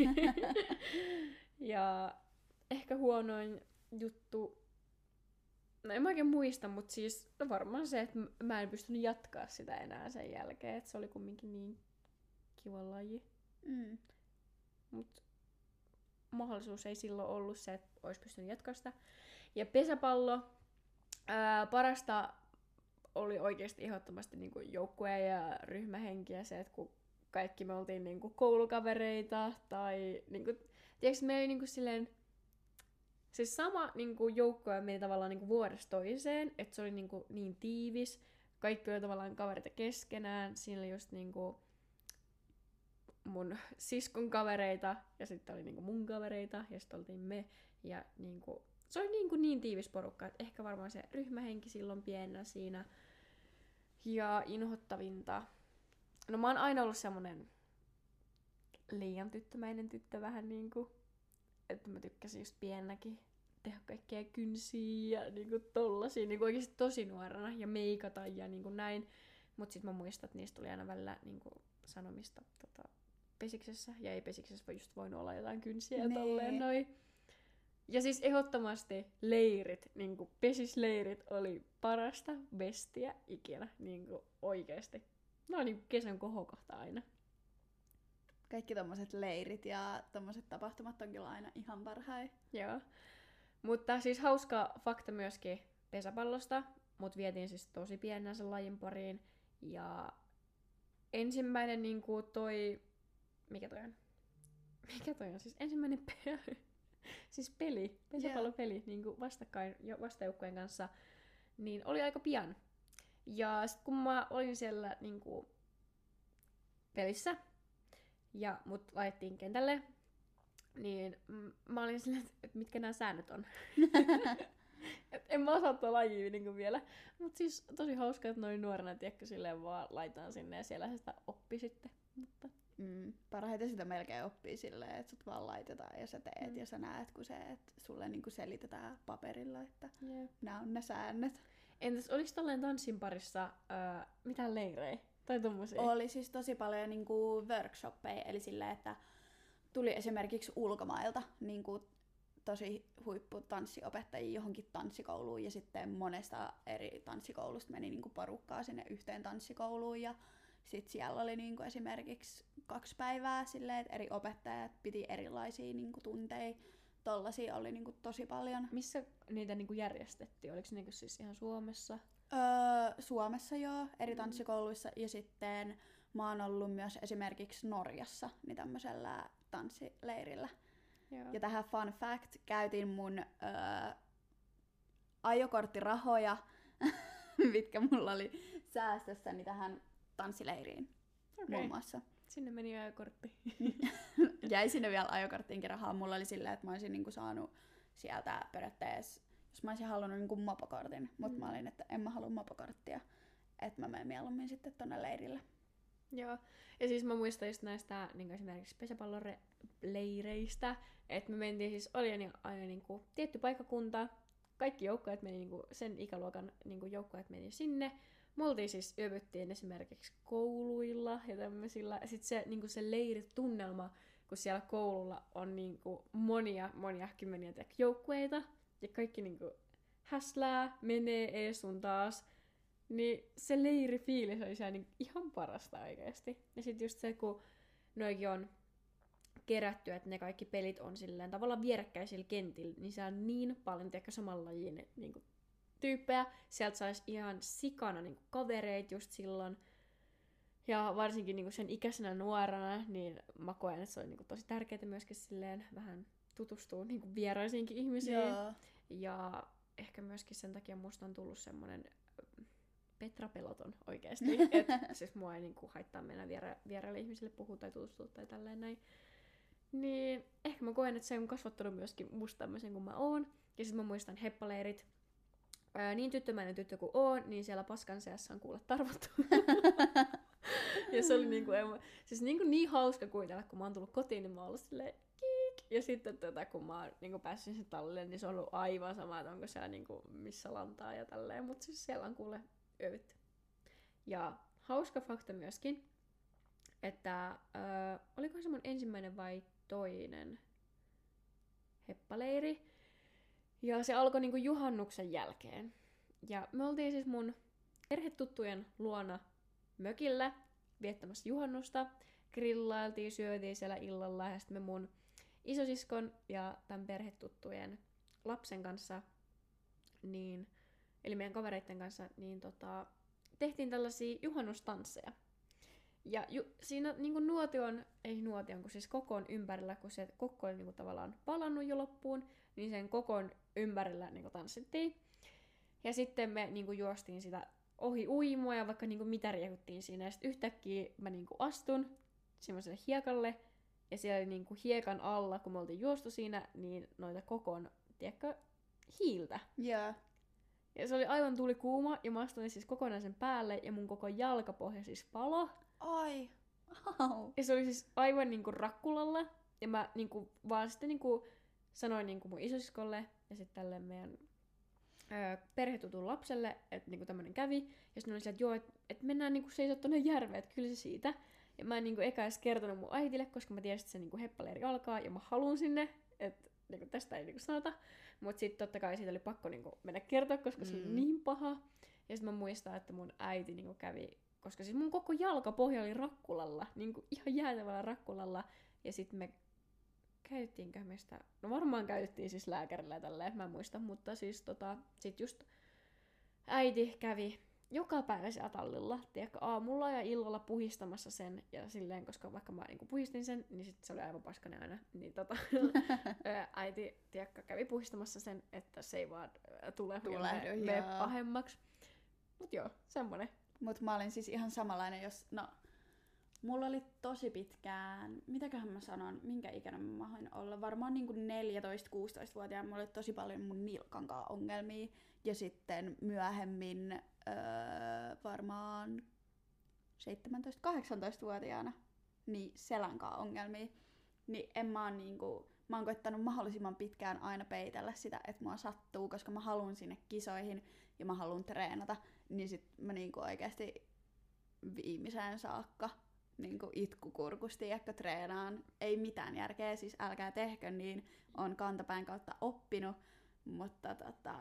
Ja ehkä huonoin juttu, no en mä oikein muista, mutta siis no varmaan se, että mä en pystynyt jatkaa sitä enää sen jälkeen, että se oli kumminkin niin kiva laji. Mut mahdollisuus ei silloin ollut se, että olisi pystynyt jatkaa sitä. Ja pesäpallo, parasta oli oikeasti ehdottomasti niinku joukkue- ja ryhmähenki ja se, että kun kaikki me oltiin niinku koulukavereita tai niinku, tiedätkö, me oli niinku silleen, siis sama niinku joukkue meni tavallaan niinku vuodesta toiseen, että se oli niinku niin tiivis, kaikki oli tavallaan kavereita keskenään, siinä oli just niinku mun siskon kavereita ja sitten oli niinku mun kavereita ja sitten oltiin me ja niinku se oli niin tiivis porukka, että ehkä varmaan se ryhmähenki silloin pienenä siinä. Ja inhottavinta. No mä oon aina ollut semmonen liian tyttömäinen tyttö vähän niinku. Että mä tykkäsin just pienenäkin tehdä kaikkea kynsiä ja niinku tollasia. Niinku oikeesti tosi nuorena ja meikata ja niinku näin. Mut sit mä muistan, että niistä tuli aina välillä niinku sanomista pesiksessä. Ja ei pesiksessä just voinut olla jotain kynsiä ja tolleen noin. Ja siis ehdottomasti leirit, niinku pesisleirit oli parasta bestiä ikinä, niinku oikeesti. Ne on niinku kesän kohokohta aina. Kaikki tommoset leirit ja tommoset tapahtumat on kyllä aina ihan parhain. Joo. Mutta siis hauska fakta myöskin pesäpallosta mut vietiin siis tosi pienenä sen lajin pariin. Ja ensimmäinen niinku toi... Mikä toi on? Mikä toi on? Siis ensimmäinen siis peli, pesäpallopeli niinku vastakkain vastajoukkueen kanssa, niin oli aika pian. Ja sit kun mä olin siellä niinku pelissä ja mut laitettiin kentälle, niin mä olin silleen, että mitkä nämä säännöt on. Et en mä osaa tuota lajia niinku vielä. Mut siis tosi hauska, että noin nuorena tiedätkö silleen vaan laitaan sinne ja siellä sitä oppi sitten. Mutta... Parhaiten sitä melkein oppii silleen, että sut vaan laitetaan ja sä teet ja sä näet, kun se, että sulle niinku selitetään paperilla, että nämä on ne säännöt. Entäs oliks tolleen tanssin parissa mitään leirejä tai tommosia? Oli siis tosi paljon niinku workshoppeja, eli silleen, että tuli esimerkiksi ulkomailta niinku tosi huipputanssiopettajia johonkin tanssikouluun ja sitten monesta eri tanssikoulusta meni niinku porukkaa sinne yhteen tanssikouluun ja sitten siellä oli niinku esimerkiksi 2 päivää silleen, että eri opettajat piti erilaisia niinku tunteja. Tollasia oli niinku tosi paljon. Missä niitä niinku järjestettiin? Oliko niinku siis ihan Suomessa? Suomessa joo, eri tanssikouluissa. Ja sitten mä oon ollut myös esimerkiksi Norjassa niin tämmöisellä tanssileirillä. Joo. Ja tähän fun fact, käytin mun ajokorttirahoja, mitkä mulla oli säästössäni tähän tanssileiriin muun muassa. Sinne meni ajokortti. Jäi sinne vielä ajokorttiinkin rahaa. Mulla oli silleen, että mä olisin niinku saanut sieltä periaatteessa, jos mä olisin halunnut niinku mopokortin, mutta mä olin, että en mä halua mopokorttia, että mä menen mieluummin sitten tonne leirille. Joo, ja siis mä muistan just näistä niin esimerkiksi pesäpalloleireistä, että me mentiin siis, oli aina niinku tietty paikkakunta, kaikki joukkueet meni niinku, sen ikäluokan niinku joukkueet meni sinne. Me oltiin siis yövyttiin esimerkiksi kouluilla ja tämmöisillä. Ja sit se, niinku se leiritunnelma, kun siellä koululla on niinku monia kymmeniä joukkueita ja kaikki niinku häslää, menee ees sun taas. Niin se leirifiilis oli siellä niinku ihan parasta oikeesti. Ja sit just se, kun noikin on kerätty, että ne kaikki pelit on silleen tavallaan vierekkäisillä kentillä, niin siellä on niin paljon samalla lajin niinku tyyppejä. Sieltä saisi ihan sikana niinku kavereita just silloin. Ja varsinkin niinku sen ikäisenä nuorena, niin mä koen, että se oli niinku tosi tärkeää myöskin silleen vähän tutustua niinku vieraisiinkin ihmisiin. Joo. Ja ehkä myöskin sen takia musta on tullut semmonen Petra-peloton oikeesti. Että siis mua ei niinku haittaa mennä vieraille ihmisille puhua tai tutustua tai tälleen näin. Niin ehkä mä koen, että se on kasvattanut myöskin musta tämmöisen kuin mä oon. Ja sit mä muistan heppaleirit. Niin tyttömäinen tyttö kuin oon, niin siellä paskan seassa on kuule tarvottu. Ja se oli niinku, siis niin hauska kuitella, kun mä oon tullut kotiin, niin mä oon ollut silleen kiik. Ja sitten kun mä oon niinku päässyt sen tallille, niin se on ollut aivan sama, että onko siellä niinku missä lantaa ja tälleen. Mut siis siellä on kuule yövytty. Ja hauska fakta myöskin, että olikohan se mun ensimmäinen vai toinen heppaleiri. Ja se alkoi niinku juhannuksen jälkeen. Ja me oltiin siis mun perhetuttujen luona mökillä viettämässä juhannusta. Grillailtiin, syötiin siellä illalla ja sitten me mun isosiskon ja tämän perhetuttujen lapsen kanssa, niin, eli meidän kavereitten kanssa, niin tehtiin tällaisia juhannustansseja. Ja siinä niinku nuotion, kun siis kokon ympärillä, kun se kokko oli niinku tavallaan palannut jo loppuun, niin sen kokon ympärillä niinku tanssittiin. Ja sitten me niinku juostiin sitä ohi uimoa ja vaikka niinku mitä riehuttiin siinä. Ja sitten yhtäkkiä mä niinku astun semmoiselle hiekalle. Ja siellä oli niinku hiekan alla, kun me oltiin juostu siinä, niin noita kokon, tiedätkö, hiiltä. Yeah. Ja se oli aivan tuli kuuma ja mä astuin siis kokonaisen päälle ja mun koko jalkapohja siis palo. Ai. Au. Ja se oli siis aivan niinku rakkulalla. Ja mä niinku vaan sitten niinku sanoin niinku mun isosiskolle ja sitten tälle meidän perhetutun lapselle, että niinku tämmönen kävi. Ja sitten oli sieltä, että joo, että mennään niinku seisot tonne järveen, että kyllä se siitä. Ja mä en niinku eka edes kertonut mun äitille, koska mä tiesin, että se niinku heppaleiri alkaa ja mä haluun sinne, että niinku tästä ei niinku sanota. Mut sit totta kai siitä oli pakko niinku mennä kertoa, koska se oli niin paha. Ja sit mä muistan, että mun äiti niinku kävi, koska siis mun koko jalkapohja oli rakkulalla, niinku ihan jäätävällä rakkulalla. Ja sit me käyttiinkö me sitä, no varmaan käytettiin siis lääkärillä ja tälleen, mä en muista, mutta siis sit just äiti kävi joka päivä siellä tallilla, tiedätkö, aamulla ja illalla puhistamassa sen, ja silleen, koska vaikka mä niinku puhistin sen, niin sit se oli aivan paskainen aina, niin äiti, tiedätkö, kävi puhistamassa sen, että se ei vaan mene pahemmaksi. Mut joo, semmonen. Mut mä olin siis ihan samanlainen, mulla oli tosi pitkään, mitäköhän mä sanon, minkä ikäinen mä mahoin olla, varmaan niinku 14-16-vuotiaana mulla oli tosi paljon mun nilkankaan ongelmia, ja sitten myöhemmin varmaan 17-18-vuotiaana niin selänkaan ongelmia, niin mä oon koittanut mahdollisimman pitkään aina peitellä sitä, että mua sattuu, koska mä haluan sinne kisoihin ja mä haluan treenata, niin sit mä niinku oikeesti viimeiseen saakka niinku itkukurkusti ehkä treenaan. Ei mitään järkeä, siis älkää tehkö niin, on kantapään kautta oppinut, mutta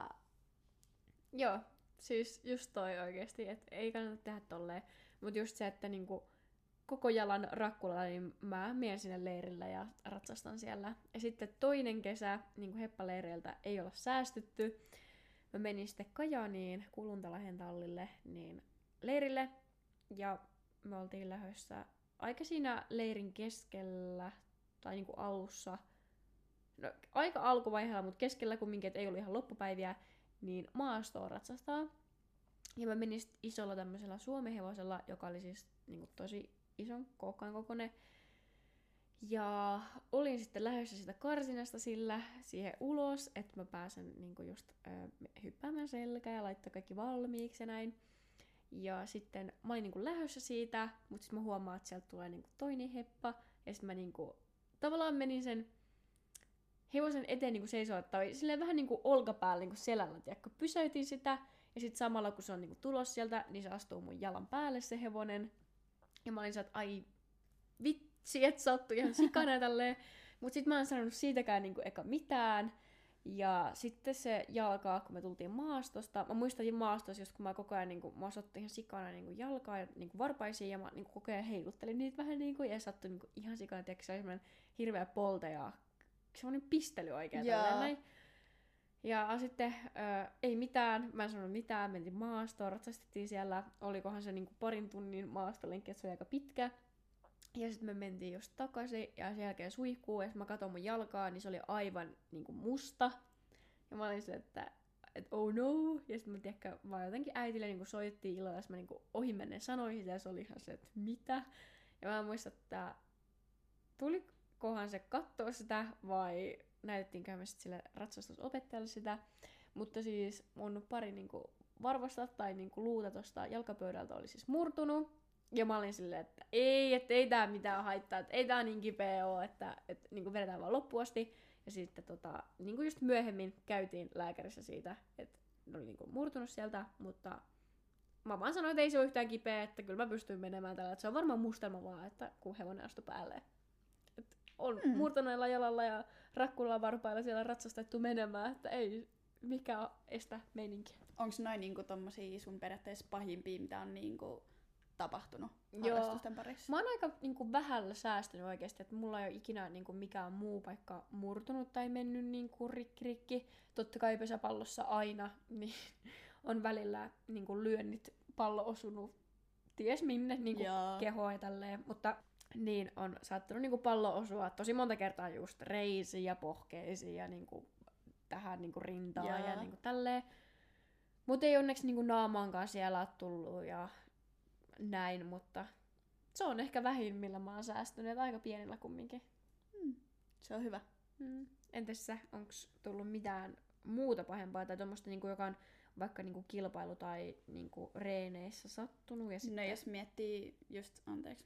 Joo, siis just toi oikeesti, että ei kannata tehdä tolleen, mutta just se, että niinku koko jalan rakkulalla, niin mä menen sinne leirille ja ratsastan siellä. Ja sitten toinen kesä, niinku heppaleireiltä ei olla säästytty. Mä menin sitten Kajaaniin, Kuluntalahden tallille, niin leirille. Ja me oltiin lähdössä aika siinä leirin keskellä, tai niinku alussa. No, aika alkuvaiheella, mutta keskellä kumminkin, että ei ollut ihan loppupäiviä, niin maastoon ratsastaa. Ja mä menin isolla tämmöisellä suomenhevosella, joka oli siis niinku tosi ison kokoinen. Ja olin sitten lähdössä sitä karsinasta sillä siihen ulos, että mä pääsen niinku just hyppäämään selkää ja laittaa kaikki valmiiksi ja näin. Ja sitten mä olin niinku lähdössä siitä, mutta sitten mä huomaan, että sieltä tulee niinku toinen heppa. Ja sitten mä niinku tavallaan menin sen hevosen eteen niinku seisoo, tai silleen vähän niinku olkapäällä niinku selällä, tiedätkö, pysäytin sitä. Ja sitten samalla kun se on niinku tulos sieltä, niin se astuu mun jalan päälle se hevonen. Ja mä olin että ai vitsi, et sattui ihan sikana tälleen. Mut sit mä en sanonut siitäkään niinku eka mitään. Ja sitten se jalkaa, kun me tultiin maastosta. Mä muistan maastossa, just kun mä koko ajan niinku, mä sattui ihan sikana niinku jalkaa ja niinku varpaisiin. Ja mä niinku koko ajan heiluttelin niitä vähän niinku, ja sattui niinku ihan sikana. Tiedätkö, se oli semmonen hirveä polte ja semmonen pistely oikein tälleen näin. Ja sitten ei mitään, mä en sanonut mitään, mentiin maastoon, ratsastettiin siellä, olikohan se niinku parin tunnin maastolenkki, että se oli aika pitkä. Ja sitten me mentiin just takaisin ja sen jälkeen suihkuu, ja mä katsoin mun jalkaa, niin se oli aivan niinku musta. Ja mä olin silleen, että oh no, ja sitten mä jotenkin äitille niinku soittiin illalla, ja mä niinku ohimennen sanoin sitä, ja se oli ihan se, että mitä. Ja mä muistan, että tulikohan se kattoo sitä, vai näytettiinkö me sitten sille ratsastusopettajalle sitä, mutta siis mun pari niinku varvasta tai niinku luuta tosta jalkapöydältä oli siis murtunut, ja mä olin silleen, että ei tää mitään haittaa, että ei tää niin kipeä oo, että niinku vedetään vaan loppuun asti, ja sitten niinku just myöhemmin käytiin lääkärissä siitä, että ne oli niinku murtunut sieltä, mutta mä vaan sanoin, että ei se ole yhtään kipeä, että kyllä mä pystyn menemään tällä, että se on varmaan mustelma vaan, että kun hevonen astui päälle. On murtuneella jalalla ja rakkulalla varpailla siellä ratsastettu menemään, että ei mikään estä meininkiä. Onks noin niinku tommosia sun periaatteessa pahimpia, mitä on niinku tapahtunut harrastusten parissa? Mä oon aika niinku vähällä säästynyt oikeesti, että mulla ei ole ikinä niinku mikään muu paikka murtunut tai mennyt niinku rikki. Totta kai pesäpallossa aina niin on välillä niinku lyönnit pallo osunut ties minne niinku kehoa ja tälleen, mutta niin on saattanut niinku pallo osua tosi monta kertaa just reisiin ja pohkeisiin ja niinku tähän niinku rintaan ja niinku tälleen. Mut ei onneksi niinku naamaankaan siellä ole tullut ja näin, mutta se on ehkä vähin, millä mä oon säästynyt, aika pienillä kumminkin. Se on hyvä. Entäs sä, onks tullut mitään muuta pahempaa tai tommoista, niinku, joka on vaikka niinku kilpailu tai niinku reeneissä sattunut? Ja sitten... No jos miettii just, anteeksi.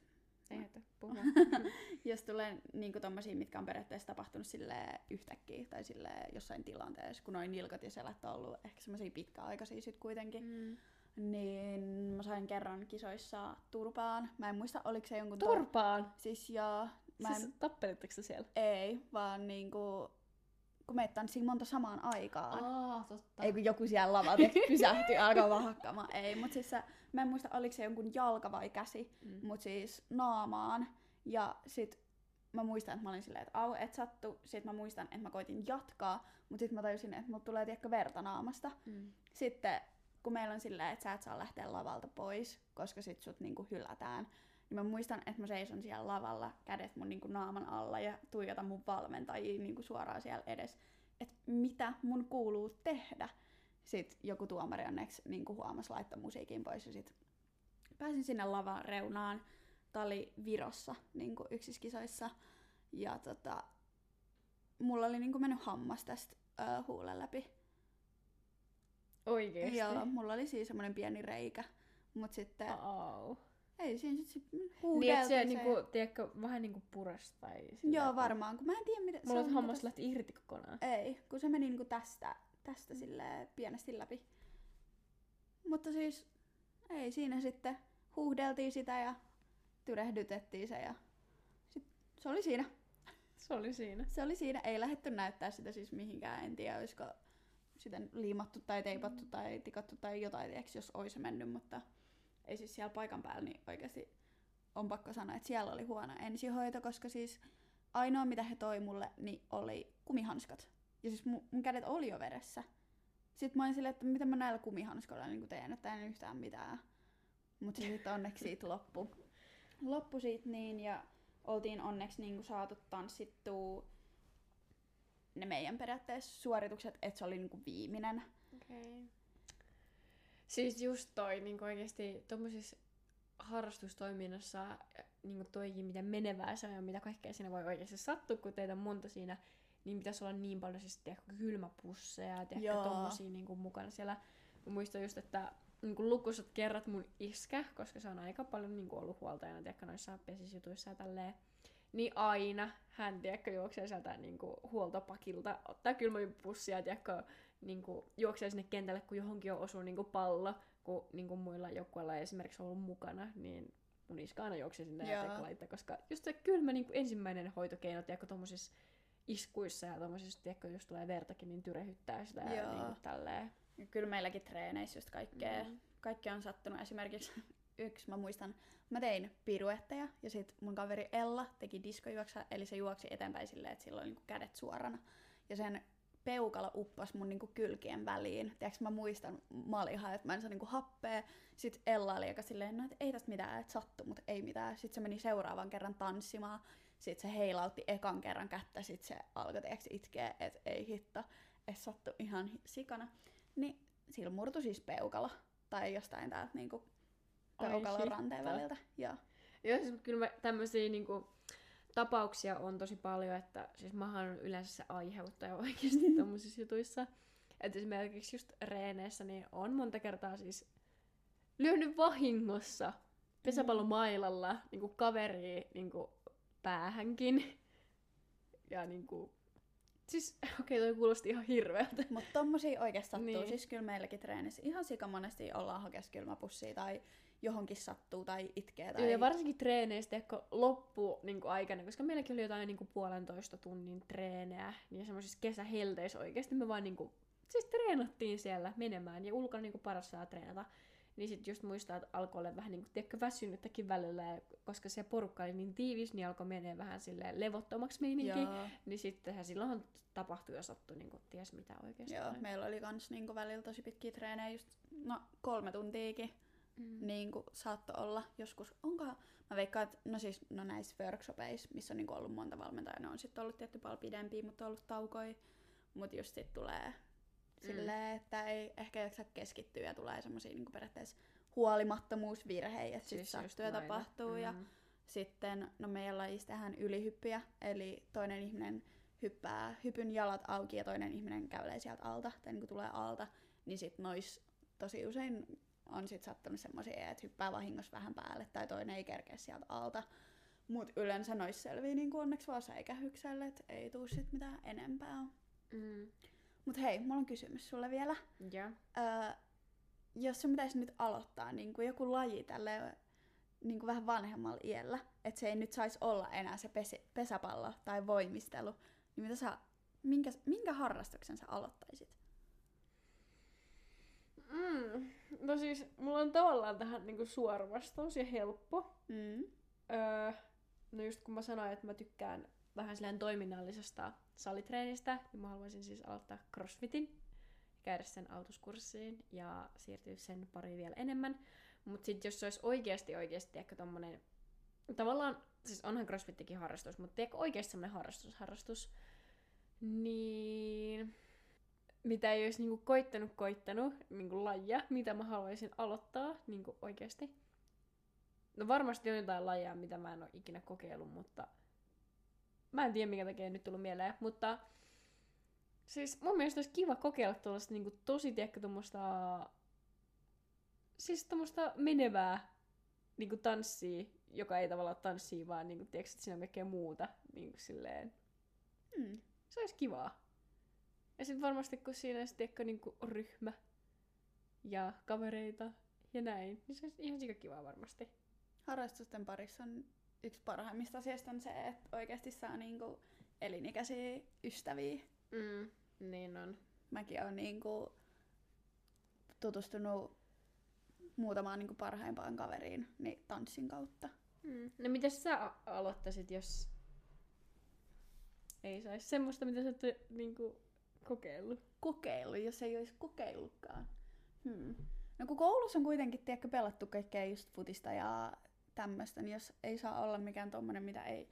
Jos tulee niinku tommosia, mitkä on periaatteessa tapahtunut silleen yhtäkkiä tai silleen jossain tilanteessa, kun noin nilkat ja selät on ollut ehkä semmosia pitkäaikaisia sit kuitenkin. Niin mä sain kerran kisoissa turpaan. Mä en muista, oliko se jonkun... Turpaan? Siis joo. Siis tappelitteko siellä? Ei, vaan niinku... Kun meitä tanssii monta samaan aikaan. Totta. Ei kun joku siellä lavalla pysähtyi alkaa vaan hakkaamaan. Ei, mut siis mä en muista, oliko se jonkun jalka vai käsi, mut siis naamaan. Ja sit mä muistan, että mä olin silleen, että au, et sattu. Sit mä muistan, että mä koitin jatkaa, mut sit mä tajusin, että mut tulee tiekkä verta naamasta. Sitten kun meillä on silleen, että sä et saa lähteä lavalta pois, koska sit sut niinku hylätään. Niin mä muistan, että mä seison siellä lavalla, kädet mun niinku naaman alla ja tuijotan mun valmentajia niinku suoraan siellä edes. Että mitä mun kuuluu tehdä. Sitten joku tuomari onneksi niinku huomasi laittaa musiikin pois ja sit pääsin sinne lavan reunaan. Tää oli Virossa niinku yksissä kisoissa. Ja mulla oli niinku mennyt hammas tästä huulen läpi. Oikeesti? Joo, mulla oli siis semmonen pieni reikä. Mut sitten ei siinä sit Niin, huudeltiin että se se. niinku, tiedätkö, vähän niinku puras tai sillä. Joo, varmaan, kun mä en tiedä miten Mulla on hammas lähti irti kokonaan. Ei, kun se meni niinku tästä silleen pienesti läpi. Mutta siis ei siinä sitten huuhdeltiin sitä ja tyrehdytettiin se ja sit se oli siinä. Se oli siinä. Se oli siinä. Ei lähdetty näyttää sitä siis mihinkään. En tiedä, olisiko sitä liimattu tai teipattu tai tikattu tai jotain, tiiäks, jos olisi mennyt, mutta ei siis siellä paikan päällä, niin oikeasti on pakko sanoa, että siellä oli huono ensihoito, koska siis ainoa mitä he toi mulle, niin oli kumihanskat. Ja siis mun kädet oli jo veressä. Sitten mä olin silleen, että mitä mä näillä kumihanskoilla niin teen, että en yhtään mitään. Mutta se sitten onneksi siitä loppu siitä niin, ja oltiin onneksi niin saatu tanssittua ne meidän periaatteessa suoritukset, että se oli niin viimeinen. Okay. Siis just toi, niin oikeesti tommosissa harrastustoiminnassa niin toikin, miten menevää se on ja mitä kaikkea siinä voi oikeasti sattua, kun teitä on monta siinä, niin pitäisi olla niin paljon siis kylmäpusseja ja tommosia niin mukana siellä. Mä muistan just, että niin lukuisat kerrat mun iskä, koska se on aika paljon niin ollut huoltajana noissa pesisjutuissa ja tälleen, niin aina hän juoksee sieltä niin huoltopakilta, ottaa kylmäpussia ja niin juoksee sinne kentälle, kun johonkin on osunut niin pallo, kun niin muilla joukkueilla ei esimerkiksi ollut mukana, niin mun iskä aina juoksee sinne ja laittaa, koska just se kylmä niin ensimmäinen hoitokeino, tommosissa iskuissa ja tommosissa, jos tulee vertakin, niin tyrehyttää sitä ja niin tälleen. Ja kyllä meilläkin treeneissä just kaikkea on sattunut. Esimerkiksi mä muistan, mä tein piruetteja ja sit mun kaveri Ella teki diskojuoksa, eli se juoksi eteenpäin silleen, että sillä oli niinku kädet suorana. Ja sen peukalo uppas mun niinku kylkien väliin. Tiedätkö, mä muistan, mä olin ihan, että mä en saa niinku happea. Sit Ella oli aika silleen, no, että ei tästä mitään, että sattu, mutta ei mitään. Sit se meni seuraavan kerran tanssimaan. Sit se heilautti ekan kerran kättä, sit se alkoi itkeä, että ei hitto, että sattu ihan sikana. Niin sillä murtui siis peukalo. Tai jostain täältä niinku peukalon ranteen väliltä. Joo, siis kyllä tämmösiä niinku tapauksia on tosi paljon, että siis mähän on yleensä se aiheuttaja oikeesti tommosissa jutuissa. Että esimerkiksi just reeneissä niin on monta kertaa siis lyönyt vahingossa pesäpallomailalla niinku kaveria niinku päähänkin. Ja niinku siis okei, toi kuulosti ihan hirveältä. Mutta tommosia oikeesti sattuu. Niin. Siis kyllä meilläkin treenissä ihan sikamonesti ollaan hakes kylmäpussia tai johonkin sattuu tai itkee. Tai... Joo, ja varsinkin treeneistä loppu niin aikana, koska meilläkin oli jotain niin 1,5 tunnin treenejä, niin semmoisissa kesähelteissä oikeasti me vaan niin kuin, siis treenattiin siellä menemään ja ulkona niin paras saa treenata. Niin sit just muistaa, että alkoi olla vähän niin kuin, väsynyttäkin välillä, ja koska se porukka oli niin tiivis, niin alkoi menee vähän silleen levottomaksi meininki. Niin sittenhän silloinhan tapahtui ja sattui niin kuin, ties mitä oikeesti. Joo, meillä oli kans niin kuin, välillä tosi pitkiä treenejä, just 3 tuntiakin. Niin kuin saattoi olla joskus. Onkohan, mä veikkaan, että no näissä workshopeissa, missä on niin kuin ollut monta valmentajaa, ne on sitten ollut tietty paljon pidempiä, mutta on ollut taukoja. Mutta just sit tulee silleen, että ei ehkä jaksa keskittyä ja tulee semmosia niin kuin periaatteessa huolimattomuusvirheitä, että siis sattuu ja tapahtuu. Ja sitten, no meidän lajissa tehdään ylihyppyjä, eli toinen ihminen hyppää hypyn jalat auki ja toinen ihminen kävelee sieltä alta, tai niin kuin tulee alta, niin sit nois tosi usein on sit sattunut semmosia, että hyppää vahingossa vähän päälle tai toinen ei kerkeä sieltä alta. Mut yleensä noissa selvii niin onneksi vaan säikähykselle, että ei tuu sit mitään enempää. Mut hei, mulla on kysymys sulle vielä. Yeah. Jos sun pitäisi nyt aloittaa niin kuin joku laji tälle niin kuin vähän vanhemmalla iällä, että se ei nyt saisi olla enää se pesäpallo tai voimistelu, niin minkä harrastuksen sä aloittaisit? No siis, mulla on tavallaan tähän niinku suora vastaus ja helppo. No just kun mä sanoin, että mä tykkään vähän silleen toiminnallisesta salitreenistä, niin mä haluaisin siis aloittaa crossfitin. käydä sen aloituskurssiin ja siirtyä sen pariin vielä enemmän. Mut sit jos se olisi oikeesti ehkä tommonen, tavallaan, siis onhan crossfittikin harrastus, mutta ehkä oikeesti semmonen harrastus, niin mitä ei olisi niinku koittanut niinku lajia, mitä mä haluaisin aloittaa niinku oikeesti. No varmasti on jotain lajia, mitä mä en ole ikinä kokeillut, mutta mä en tiedä, minkä takia ei nyt tullut mieleen. Mutta siis mun mielestä olisi kiva kokeilla tuollaista niinku tosi, tiedätkö, tommoista menevää niinku tanssia, joka ei tavallaan tanssia, vaan niinku, tiedätkö, että siinä on kaikkea muuta. Niinku silleen. Se olisi kivaa. Ja sitten varmasti, kun siinä olisi niinku ryhmä ja kavereita ja näin, niin se olisi ihan sikakivaa varmasti. Harrastusten parissa on yksi parhaimmista asioista on se, että oikeasti saa niinku elinikäisiä ystäviä. Niin on. Mäkin olen niinku tutustunut muutamaan niinku parhaimpaan kaveriin niin tanssin kautta. No miten sä aloittaisit, jos ei saisi semmoista, mitä sä et niinku kokeillut? Kokeillut, jos ei olisi kokeillutkaan. No kun koulussa on kuitenkin tiedätkö, pelattu kaikkea just futista ja tämmöistä, niin jos ei saa olla mikään tommonen, mitä ei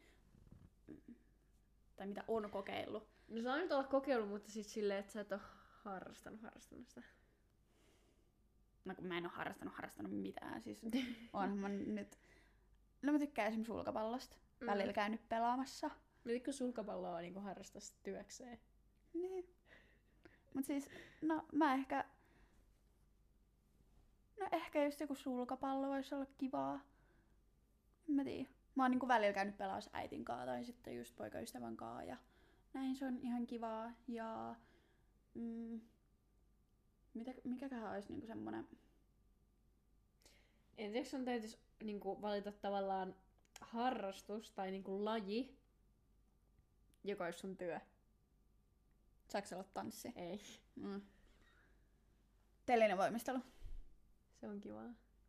tai mitä on kokeillut. No saa nyt olla kokeillut, mutta sit silleen, että sä et oo harrastanut sitä. No kun mä en oo harrastanut mitään, siis onhan mä nyt. No mä tykkään esimerkiksi sulkapallosta. Välillä käynyt pelaamassa. Mietikö sulkapalloa niinku harrastais työkseen? Niin. Mut siis, no mä ehkä. No ehkä just joku sulkapallo voisi olla kivaa. En mä tiedä. Mä oon niinku välillä käynyt pelaamassa äitin kaa tai sitten just poikaystävän kaa ja näin se on ihan kivaa. Ja mikäköhän olisi niinku semmonen. En tiedä, sun täytyisi niinku valita tavallaan harrastus tai niinku laji, joka olisi sun työ. Saatko sä olla tanssi? Ei. Telinevoimistelu. Se on kivaa.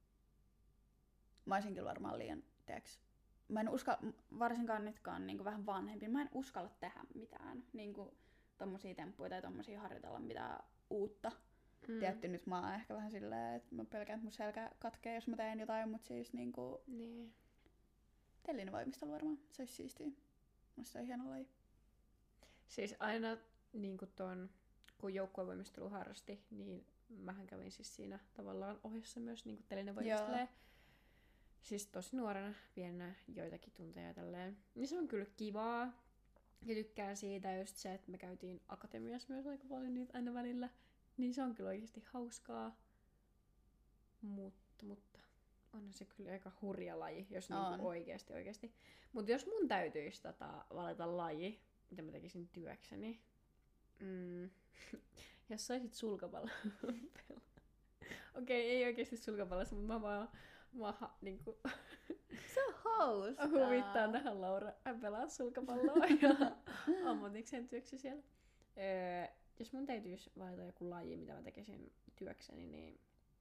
Mä olisin kyllä varmaan liian, tiiäks, mä en uskalla, varsinkaan nytkaan niinku vähän vanhempi, mä en uskalla tehdä mitään niinku tommosia temppuja tai tommosia harjoitella mitään uutta. Tietty nyt mä oon ehkä vähän silleen, että mä pelkään, että mun selkä katkee, jos mä teen jotain, mut siis niinku niin. Telinevoimistelu varmaan, se olisi siistiä. Musta on hieno laji. Siis aina niinku kun joukkuevoimistelu harrasti, niin mähän kävin siis siinä tavallaan ohjassa myös niinku telinevoimistelee. Siis tosi nuorena, pienenä joitakin tunteja tälleen. Niin se on kyllä kivaa. Ja tykkään siitä just se, että me käytiin akatemiassa myös aika paljon niitä aina välillä. Niin se on kyllä oikeasti hauskaa. Mutta onhan se kyllä aika hurja laji, jos niinku oikeesti. Mutta jos mun täytyisi valita laji, mitä mä tekisin työkseni. Jos saisit sulkapallo Okei, ei oikeesti sulkapallossa, mutta mä niinku se on hauskaa. Huvittaa tähän Laura pelaa sulkapalloa ja ammatikseen työksi siellä. Jos mun täytyisi valita joku laji, mitä mä tekisin työkseni, niin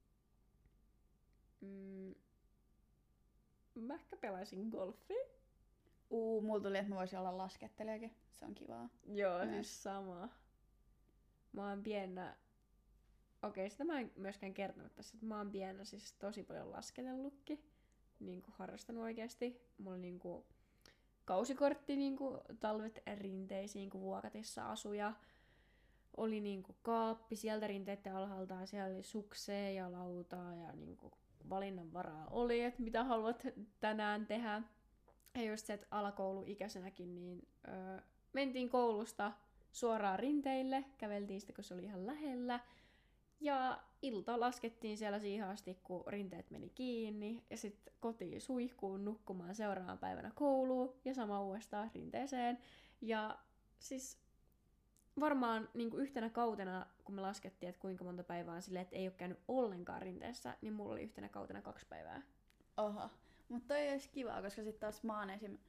mä ehkä pelaisin golfia. Mulla tuli, että mä voisin olla laskettelijakin. Se on kivaa. Joo, siis sama. Mä oon pienä. Okei, sitä mä en myöskään kertonut tässä, että mä oon pienä siis tosi paljon lasketellutkin. Niinku harrastanut oikeesti. Mulla niinku kausikortti niinku talvet rinteisiin, kun Vuokatissa asuja. Oli niinku kaappi sieltä rinteiden alhaalta ja siellä oli suksea ja lautaa ja niinku valinnanvaraa oli, että mitä haluat tänään tehdä. Ja just se, että alakouluikäisenäkin niin mentiin koulusta suoraan rinteille, käveltiin sitä, kun se oli ihan lähellä. Ja ilta laskettiin siellä siihen asti, kun rinteet meni kiinni. Ja sitten kotiin suihkuun nukkumaan seuraavana päivänä kouluun ja sama uudestaan rinteeseen. Ja siis varmaan niin yhtenä kautena, kun me laskettiin, että kuinka monta päivää on silleen, että ei ole käynyt ollenkaan rinteessä, niin mulla oli yhtenä kautena 2 päivää. Oho. Mutta toi olisi kivaa, koska sitten taas mä oon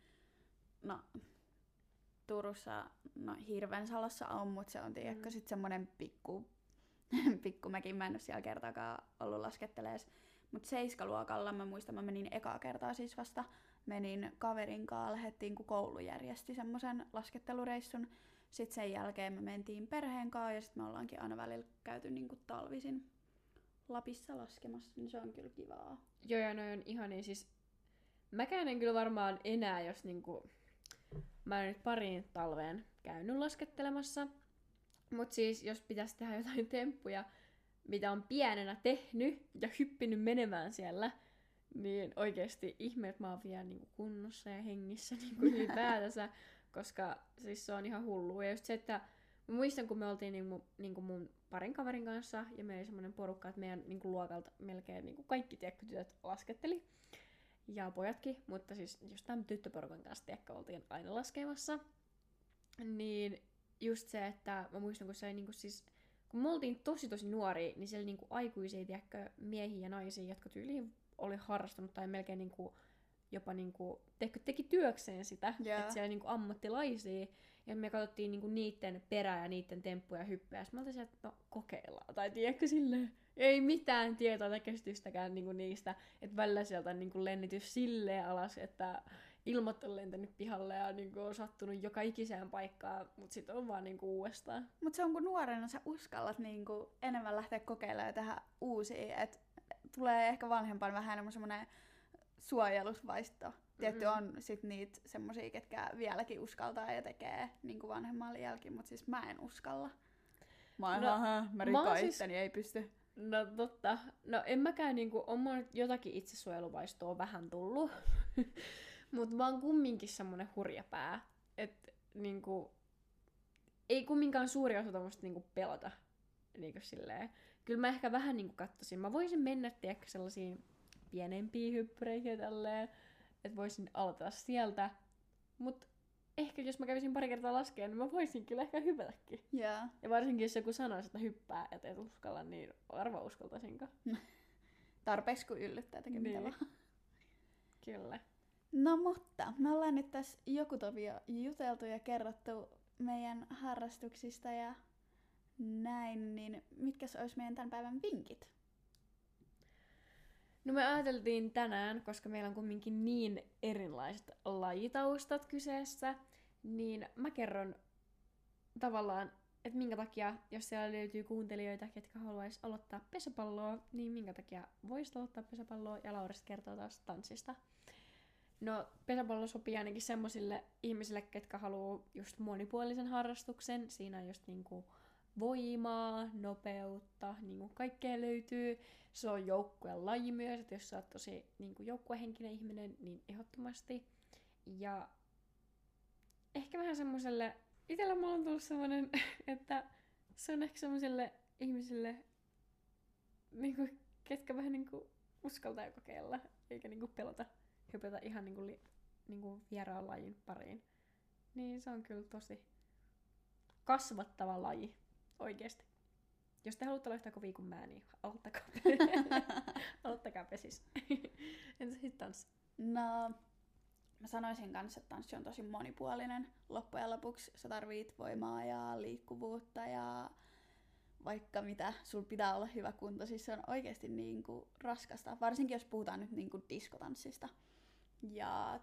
Turussa, Hirvensalassa on, mutta se on tiedätkö sit semmonen pikkumäki. Mä en oo siellä kertaakaan ollut laskettelees. Mut 7-luokalla mä muistan, mä menin ekaa kertaa siis vasta, menin kaverin kanssa, lähdettiin kun koulu järjesti semmoisen laskettelureissun. Sitten sen jälkeen me mentiin perheen kanssa ja sitten me ollaankin aina välillä käyty niinku talvisin Lapissa laskemassa, niin se on kyllä kivaa. Joo, ja noi on ihania. Siis mäkään en kyllä varmaan enää, jos niinku... Mä oon nyt pariin talveen käynyt laskettelemassa. Mut siis, jos pitäisi tehdä jotain temppuja, mitä on pienenä tehnyt ja hyppinyt menemään siellä, niin oikeesti ihme, että mä oon vielä niinku kunnossa ja hengissä niinku ylipäätänsä, koska siis se on ihan hullua. Ja just se, että mä muistan, kun me oltiin niinku mun parin kaverin kanssa, ja meillä oli semmonen porukka, että meidän niinku luokalta melkein niinku kaikki tytöt lasketteli. Ja pojatkin, mutta siis just tämän tyttöporukan kanssa oltiin aina laskemassa. Niin just se, että mä muistan, kun se oli niinku siis... Kun me oltiin tosi nuoria, niin siellä niinku aikuisia, miehiä ja naisia, jotka tyyliin oli harrastanut tai melkein niinku, jopa niinku, teki työkseen sitä, että siellä niinku ammattilaisia. Ja me katsottiin niinku niitten perää ja niitten temppuja ja hyppyjä. Ja mä oltiin sieltä, että no kokeillaan. Tai tiedätkö silleen, ei mitään tietoa tai käsitystäkään niinku niistä. Että välillä sieltä on niinku lennitys silleen alas, että ilmat on lentänyt pihalle ja niinku on sattunut joka ikiseen paikkaan, mutta sitten on vaan niinku uudestaan. Mutta se on kun nuorena sä uskallat niinku enemmän lähteä kokeilemaan ja tehdä uusia, että tulee ehkä vanhempaan vähän enemmän semmoinen suojelusvaisto. Tietty on sit niitä semmosia, ketkä vieläkin uskaltaa ja tekee niinku vanhemmalle jälkeen, mutta siis mä en uskalla. Mä rikkaan siis... itteni, ei pysty. No totta. No en mäkään niinku, on mulla nyt jotakin itsesuojeluvaistoa vähän tullut. Mut mä oon kumminkin semmonen hurjapää, että niinku, ei kumminkaan suuri osa tommoista niinku pelota. Niinku silleen. Kyllä mä ehkä vähän niinku kattosin. Mä voisin mennä tiedäkö sellaisiin pienempiin hyppyreihin ja tälleen, että voisin aloittaa sieltä. Mut ehkä jos mä kävisin pari kertaa laskea, niin mä voisin kyllä ehkä hypätäkin. Yeah. Ja varsinkin jos joku sanoisi, että hyppää, että et uskalla, niin arva uskaltaisinko. Tarpeeksi kun yllyttää tekemään mitä vaan. Kyllä. No mutta, me ollaan nyt tässä joku tovi jo juteltu ja kerrottu meidän harrastuksista ja näin, niin mitkä olisi meidän tämän päivän vinkit? No me ajateltiin tänään, koska meillä on kumminkin niin erilaiset lajitaustat kyseessä, niin mä kerron tavallaan, että minkä takia, jos siellä löytyy kuuntelijoita, ketkä haluaisi aloittaa pesäpalloa, niin minkä takia voisi aloittaa pesäpalloa, ja Lauris kertoo taas tanssista. No, pesäpallo sopii ainakin semmosille ihmisille, ketkä haluaa just monipuolisen harrastuksen. Siinä on just niinku voimaa, nopeutta, niinku kaikkea löytyy. Se on joukkueen laji myös, että jos sä oot tosi niinku joukkuehenkinen ihminen, niin ehdottomasti. Ja ehkä vähän semmoselle, itellä mulla on tullut semmonen, että se on ehkä semmoselle ihmisille, niinku, ketkä vähän niinku uskaltaa kokeilla, eikä niinku pelota. Hypätä ihan niinku vieraan lajin pariin. Niin se on kyllä tosi kasvattava laji, oikeesti. Jos te haluatte olla yhtä kovia kuin mä, niin aloittakaa pesis. Entä sit tanssi? No, mä sanoisin kanssa, että tanssi on tosi monipuolinen. Loppujen lopuksi sä tarvit voimaa ja liikkuvuutta ja vaikka mitä, sul pitää olla hyvä kunto. Siis se on oikeesti niinku raskasta, varsinkin jos puhutaan nyt niinku diskotanssista. Ja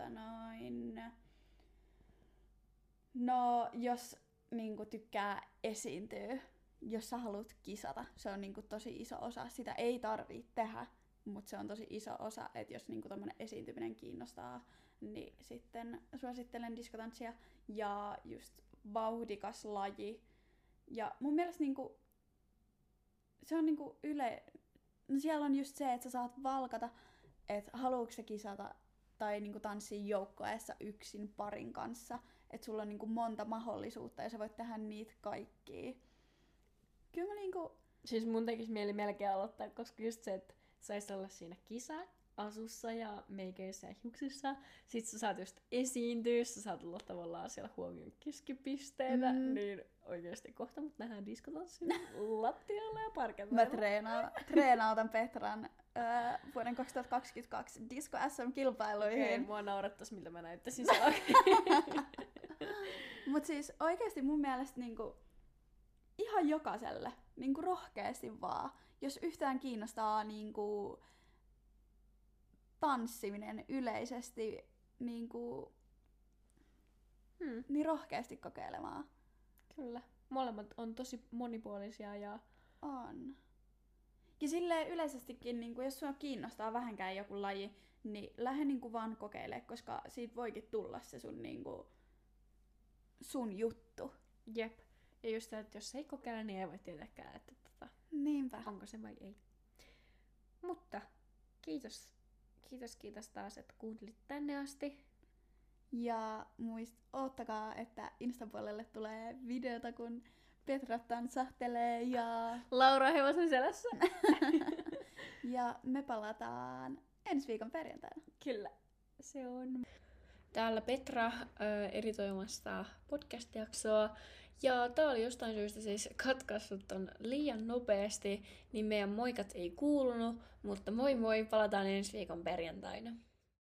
no jos niinku tykkää esiintyä, jos sä haluat kisata, se on niinku tosi iso osa. Sitä ei tarvii tehdä, mutta se on tosi iso osa, että jos niinku tommonen esiintyminen kiinnostaa, niin sitten suosittelen diskotanssia. Ja just vauhdikas laji. Ja mun mielestä niinku, se on niinku no siellä on just se, että sä saat valkata, että haluatko sä kisata tai niinku tanssia joukkueessa yksin parin kanssa. Että sulla on niinku monta mahdollisuutta ja sä voit tehdä niitä kaikkia. Kyllä mä niinku... Siis mun tekis mieli melkein aloittaa, koska just se, että sais olla siinä asussa ja meikeissä ja hiuksissa. Sit sä saat just esiintyä, sä saat olla tavallaan siellä huomion keskipisteellä. Niin oikeesti kohta mut nähdään diskotanssin lattialla ja parketilla. Mä treenautan Petran vuoden 2022 Disco SM-kilpailuihin. Hei, mua naurattais miltä mä näyttäisin siellä. Mut siis oikeesti mun mielestä niinku ihan jokaiselle niinku rohkeasti vaan, jos yhtään kiinnostaa niinku tanssiminen yleisesti niinku, niin rohkeasti kokeilemaan. Kyllä. Molemmat on tosi monipuolisia ja... On. Ja silleen yleisestikin, niin jos sua kiinnostaa vähänkään joku laji, niin lähde niin vaan kokeile, koska siitä voikin tulla se sun, niin kuin, sun juttu. Jep. Ja just se, että jos ei kokeile, niin ei voi tietääkään, että Niinpä. onko se vai ei. Mutta kiitos taas, että kuuntelit tänne asti. Ja oottakaa, että Instapuolelle tulee videota, kun Petra tanssahtelee ja... Laura hevosen selässä. Ja me palataan ensi viikon perjantaina. Kyllä, se on. Täällä Petra editoimassa podcast-jaksoa. Ja tää oli jostain syystä siis katkaissut ton liian nopeasti, niin meidän moikat ei kuulunut, mutta moi moi, palataan ensi viikon perjantaina.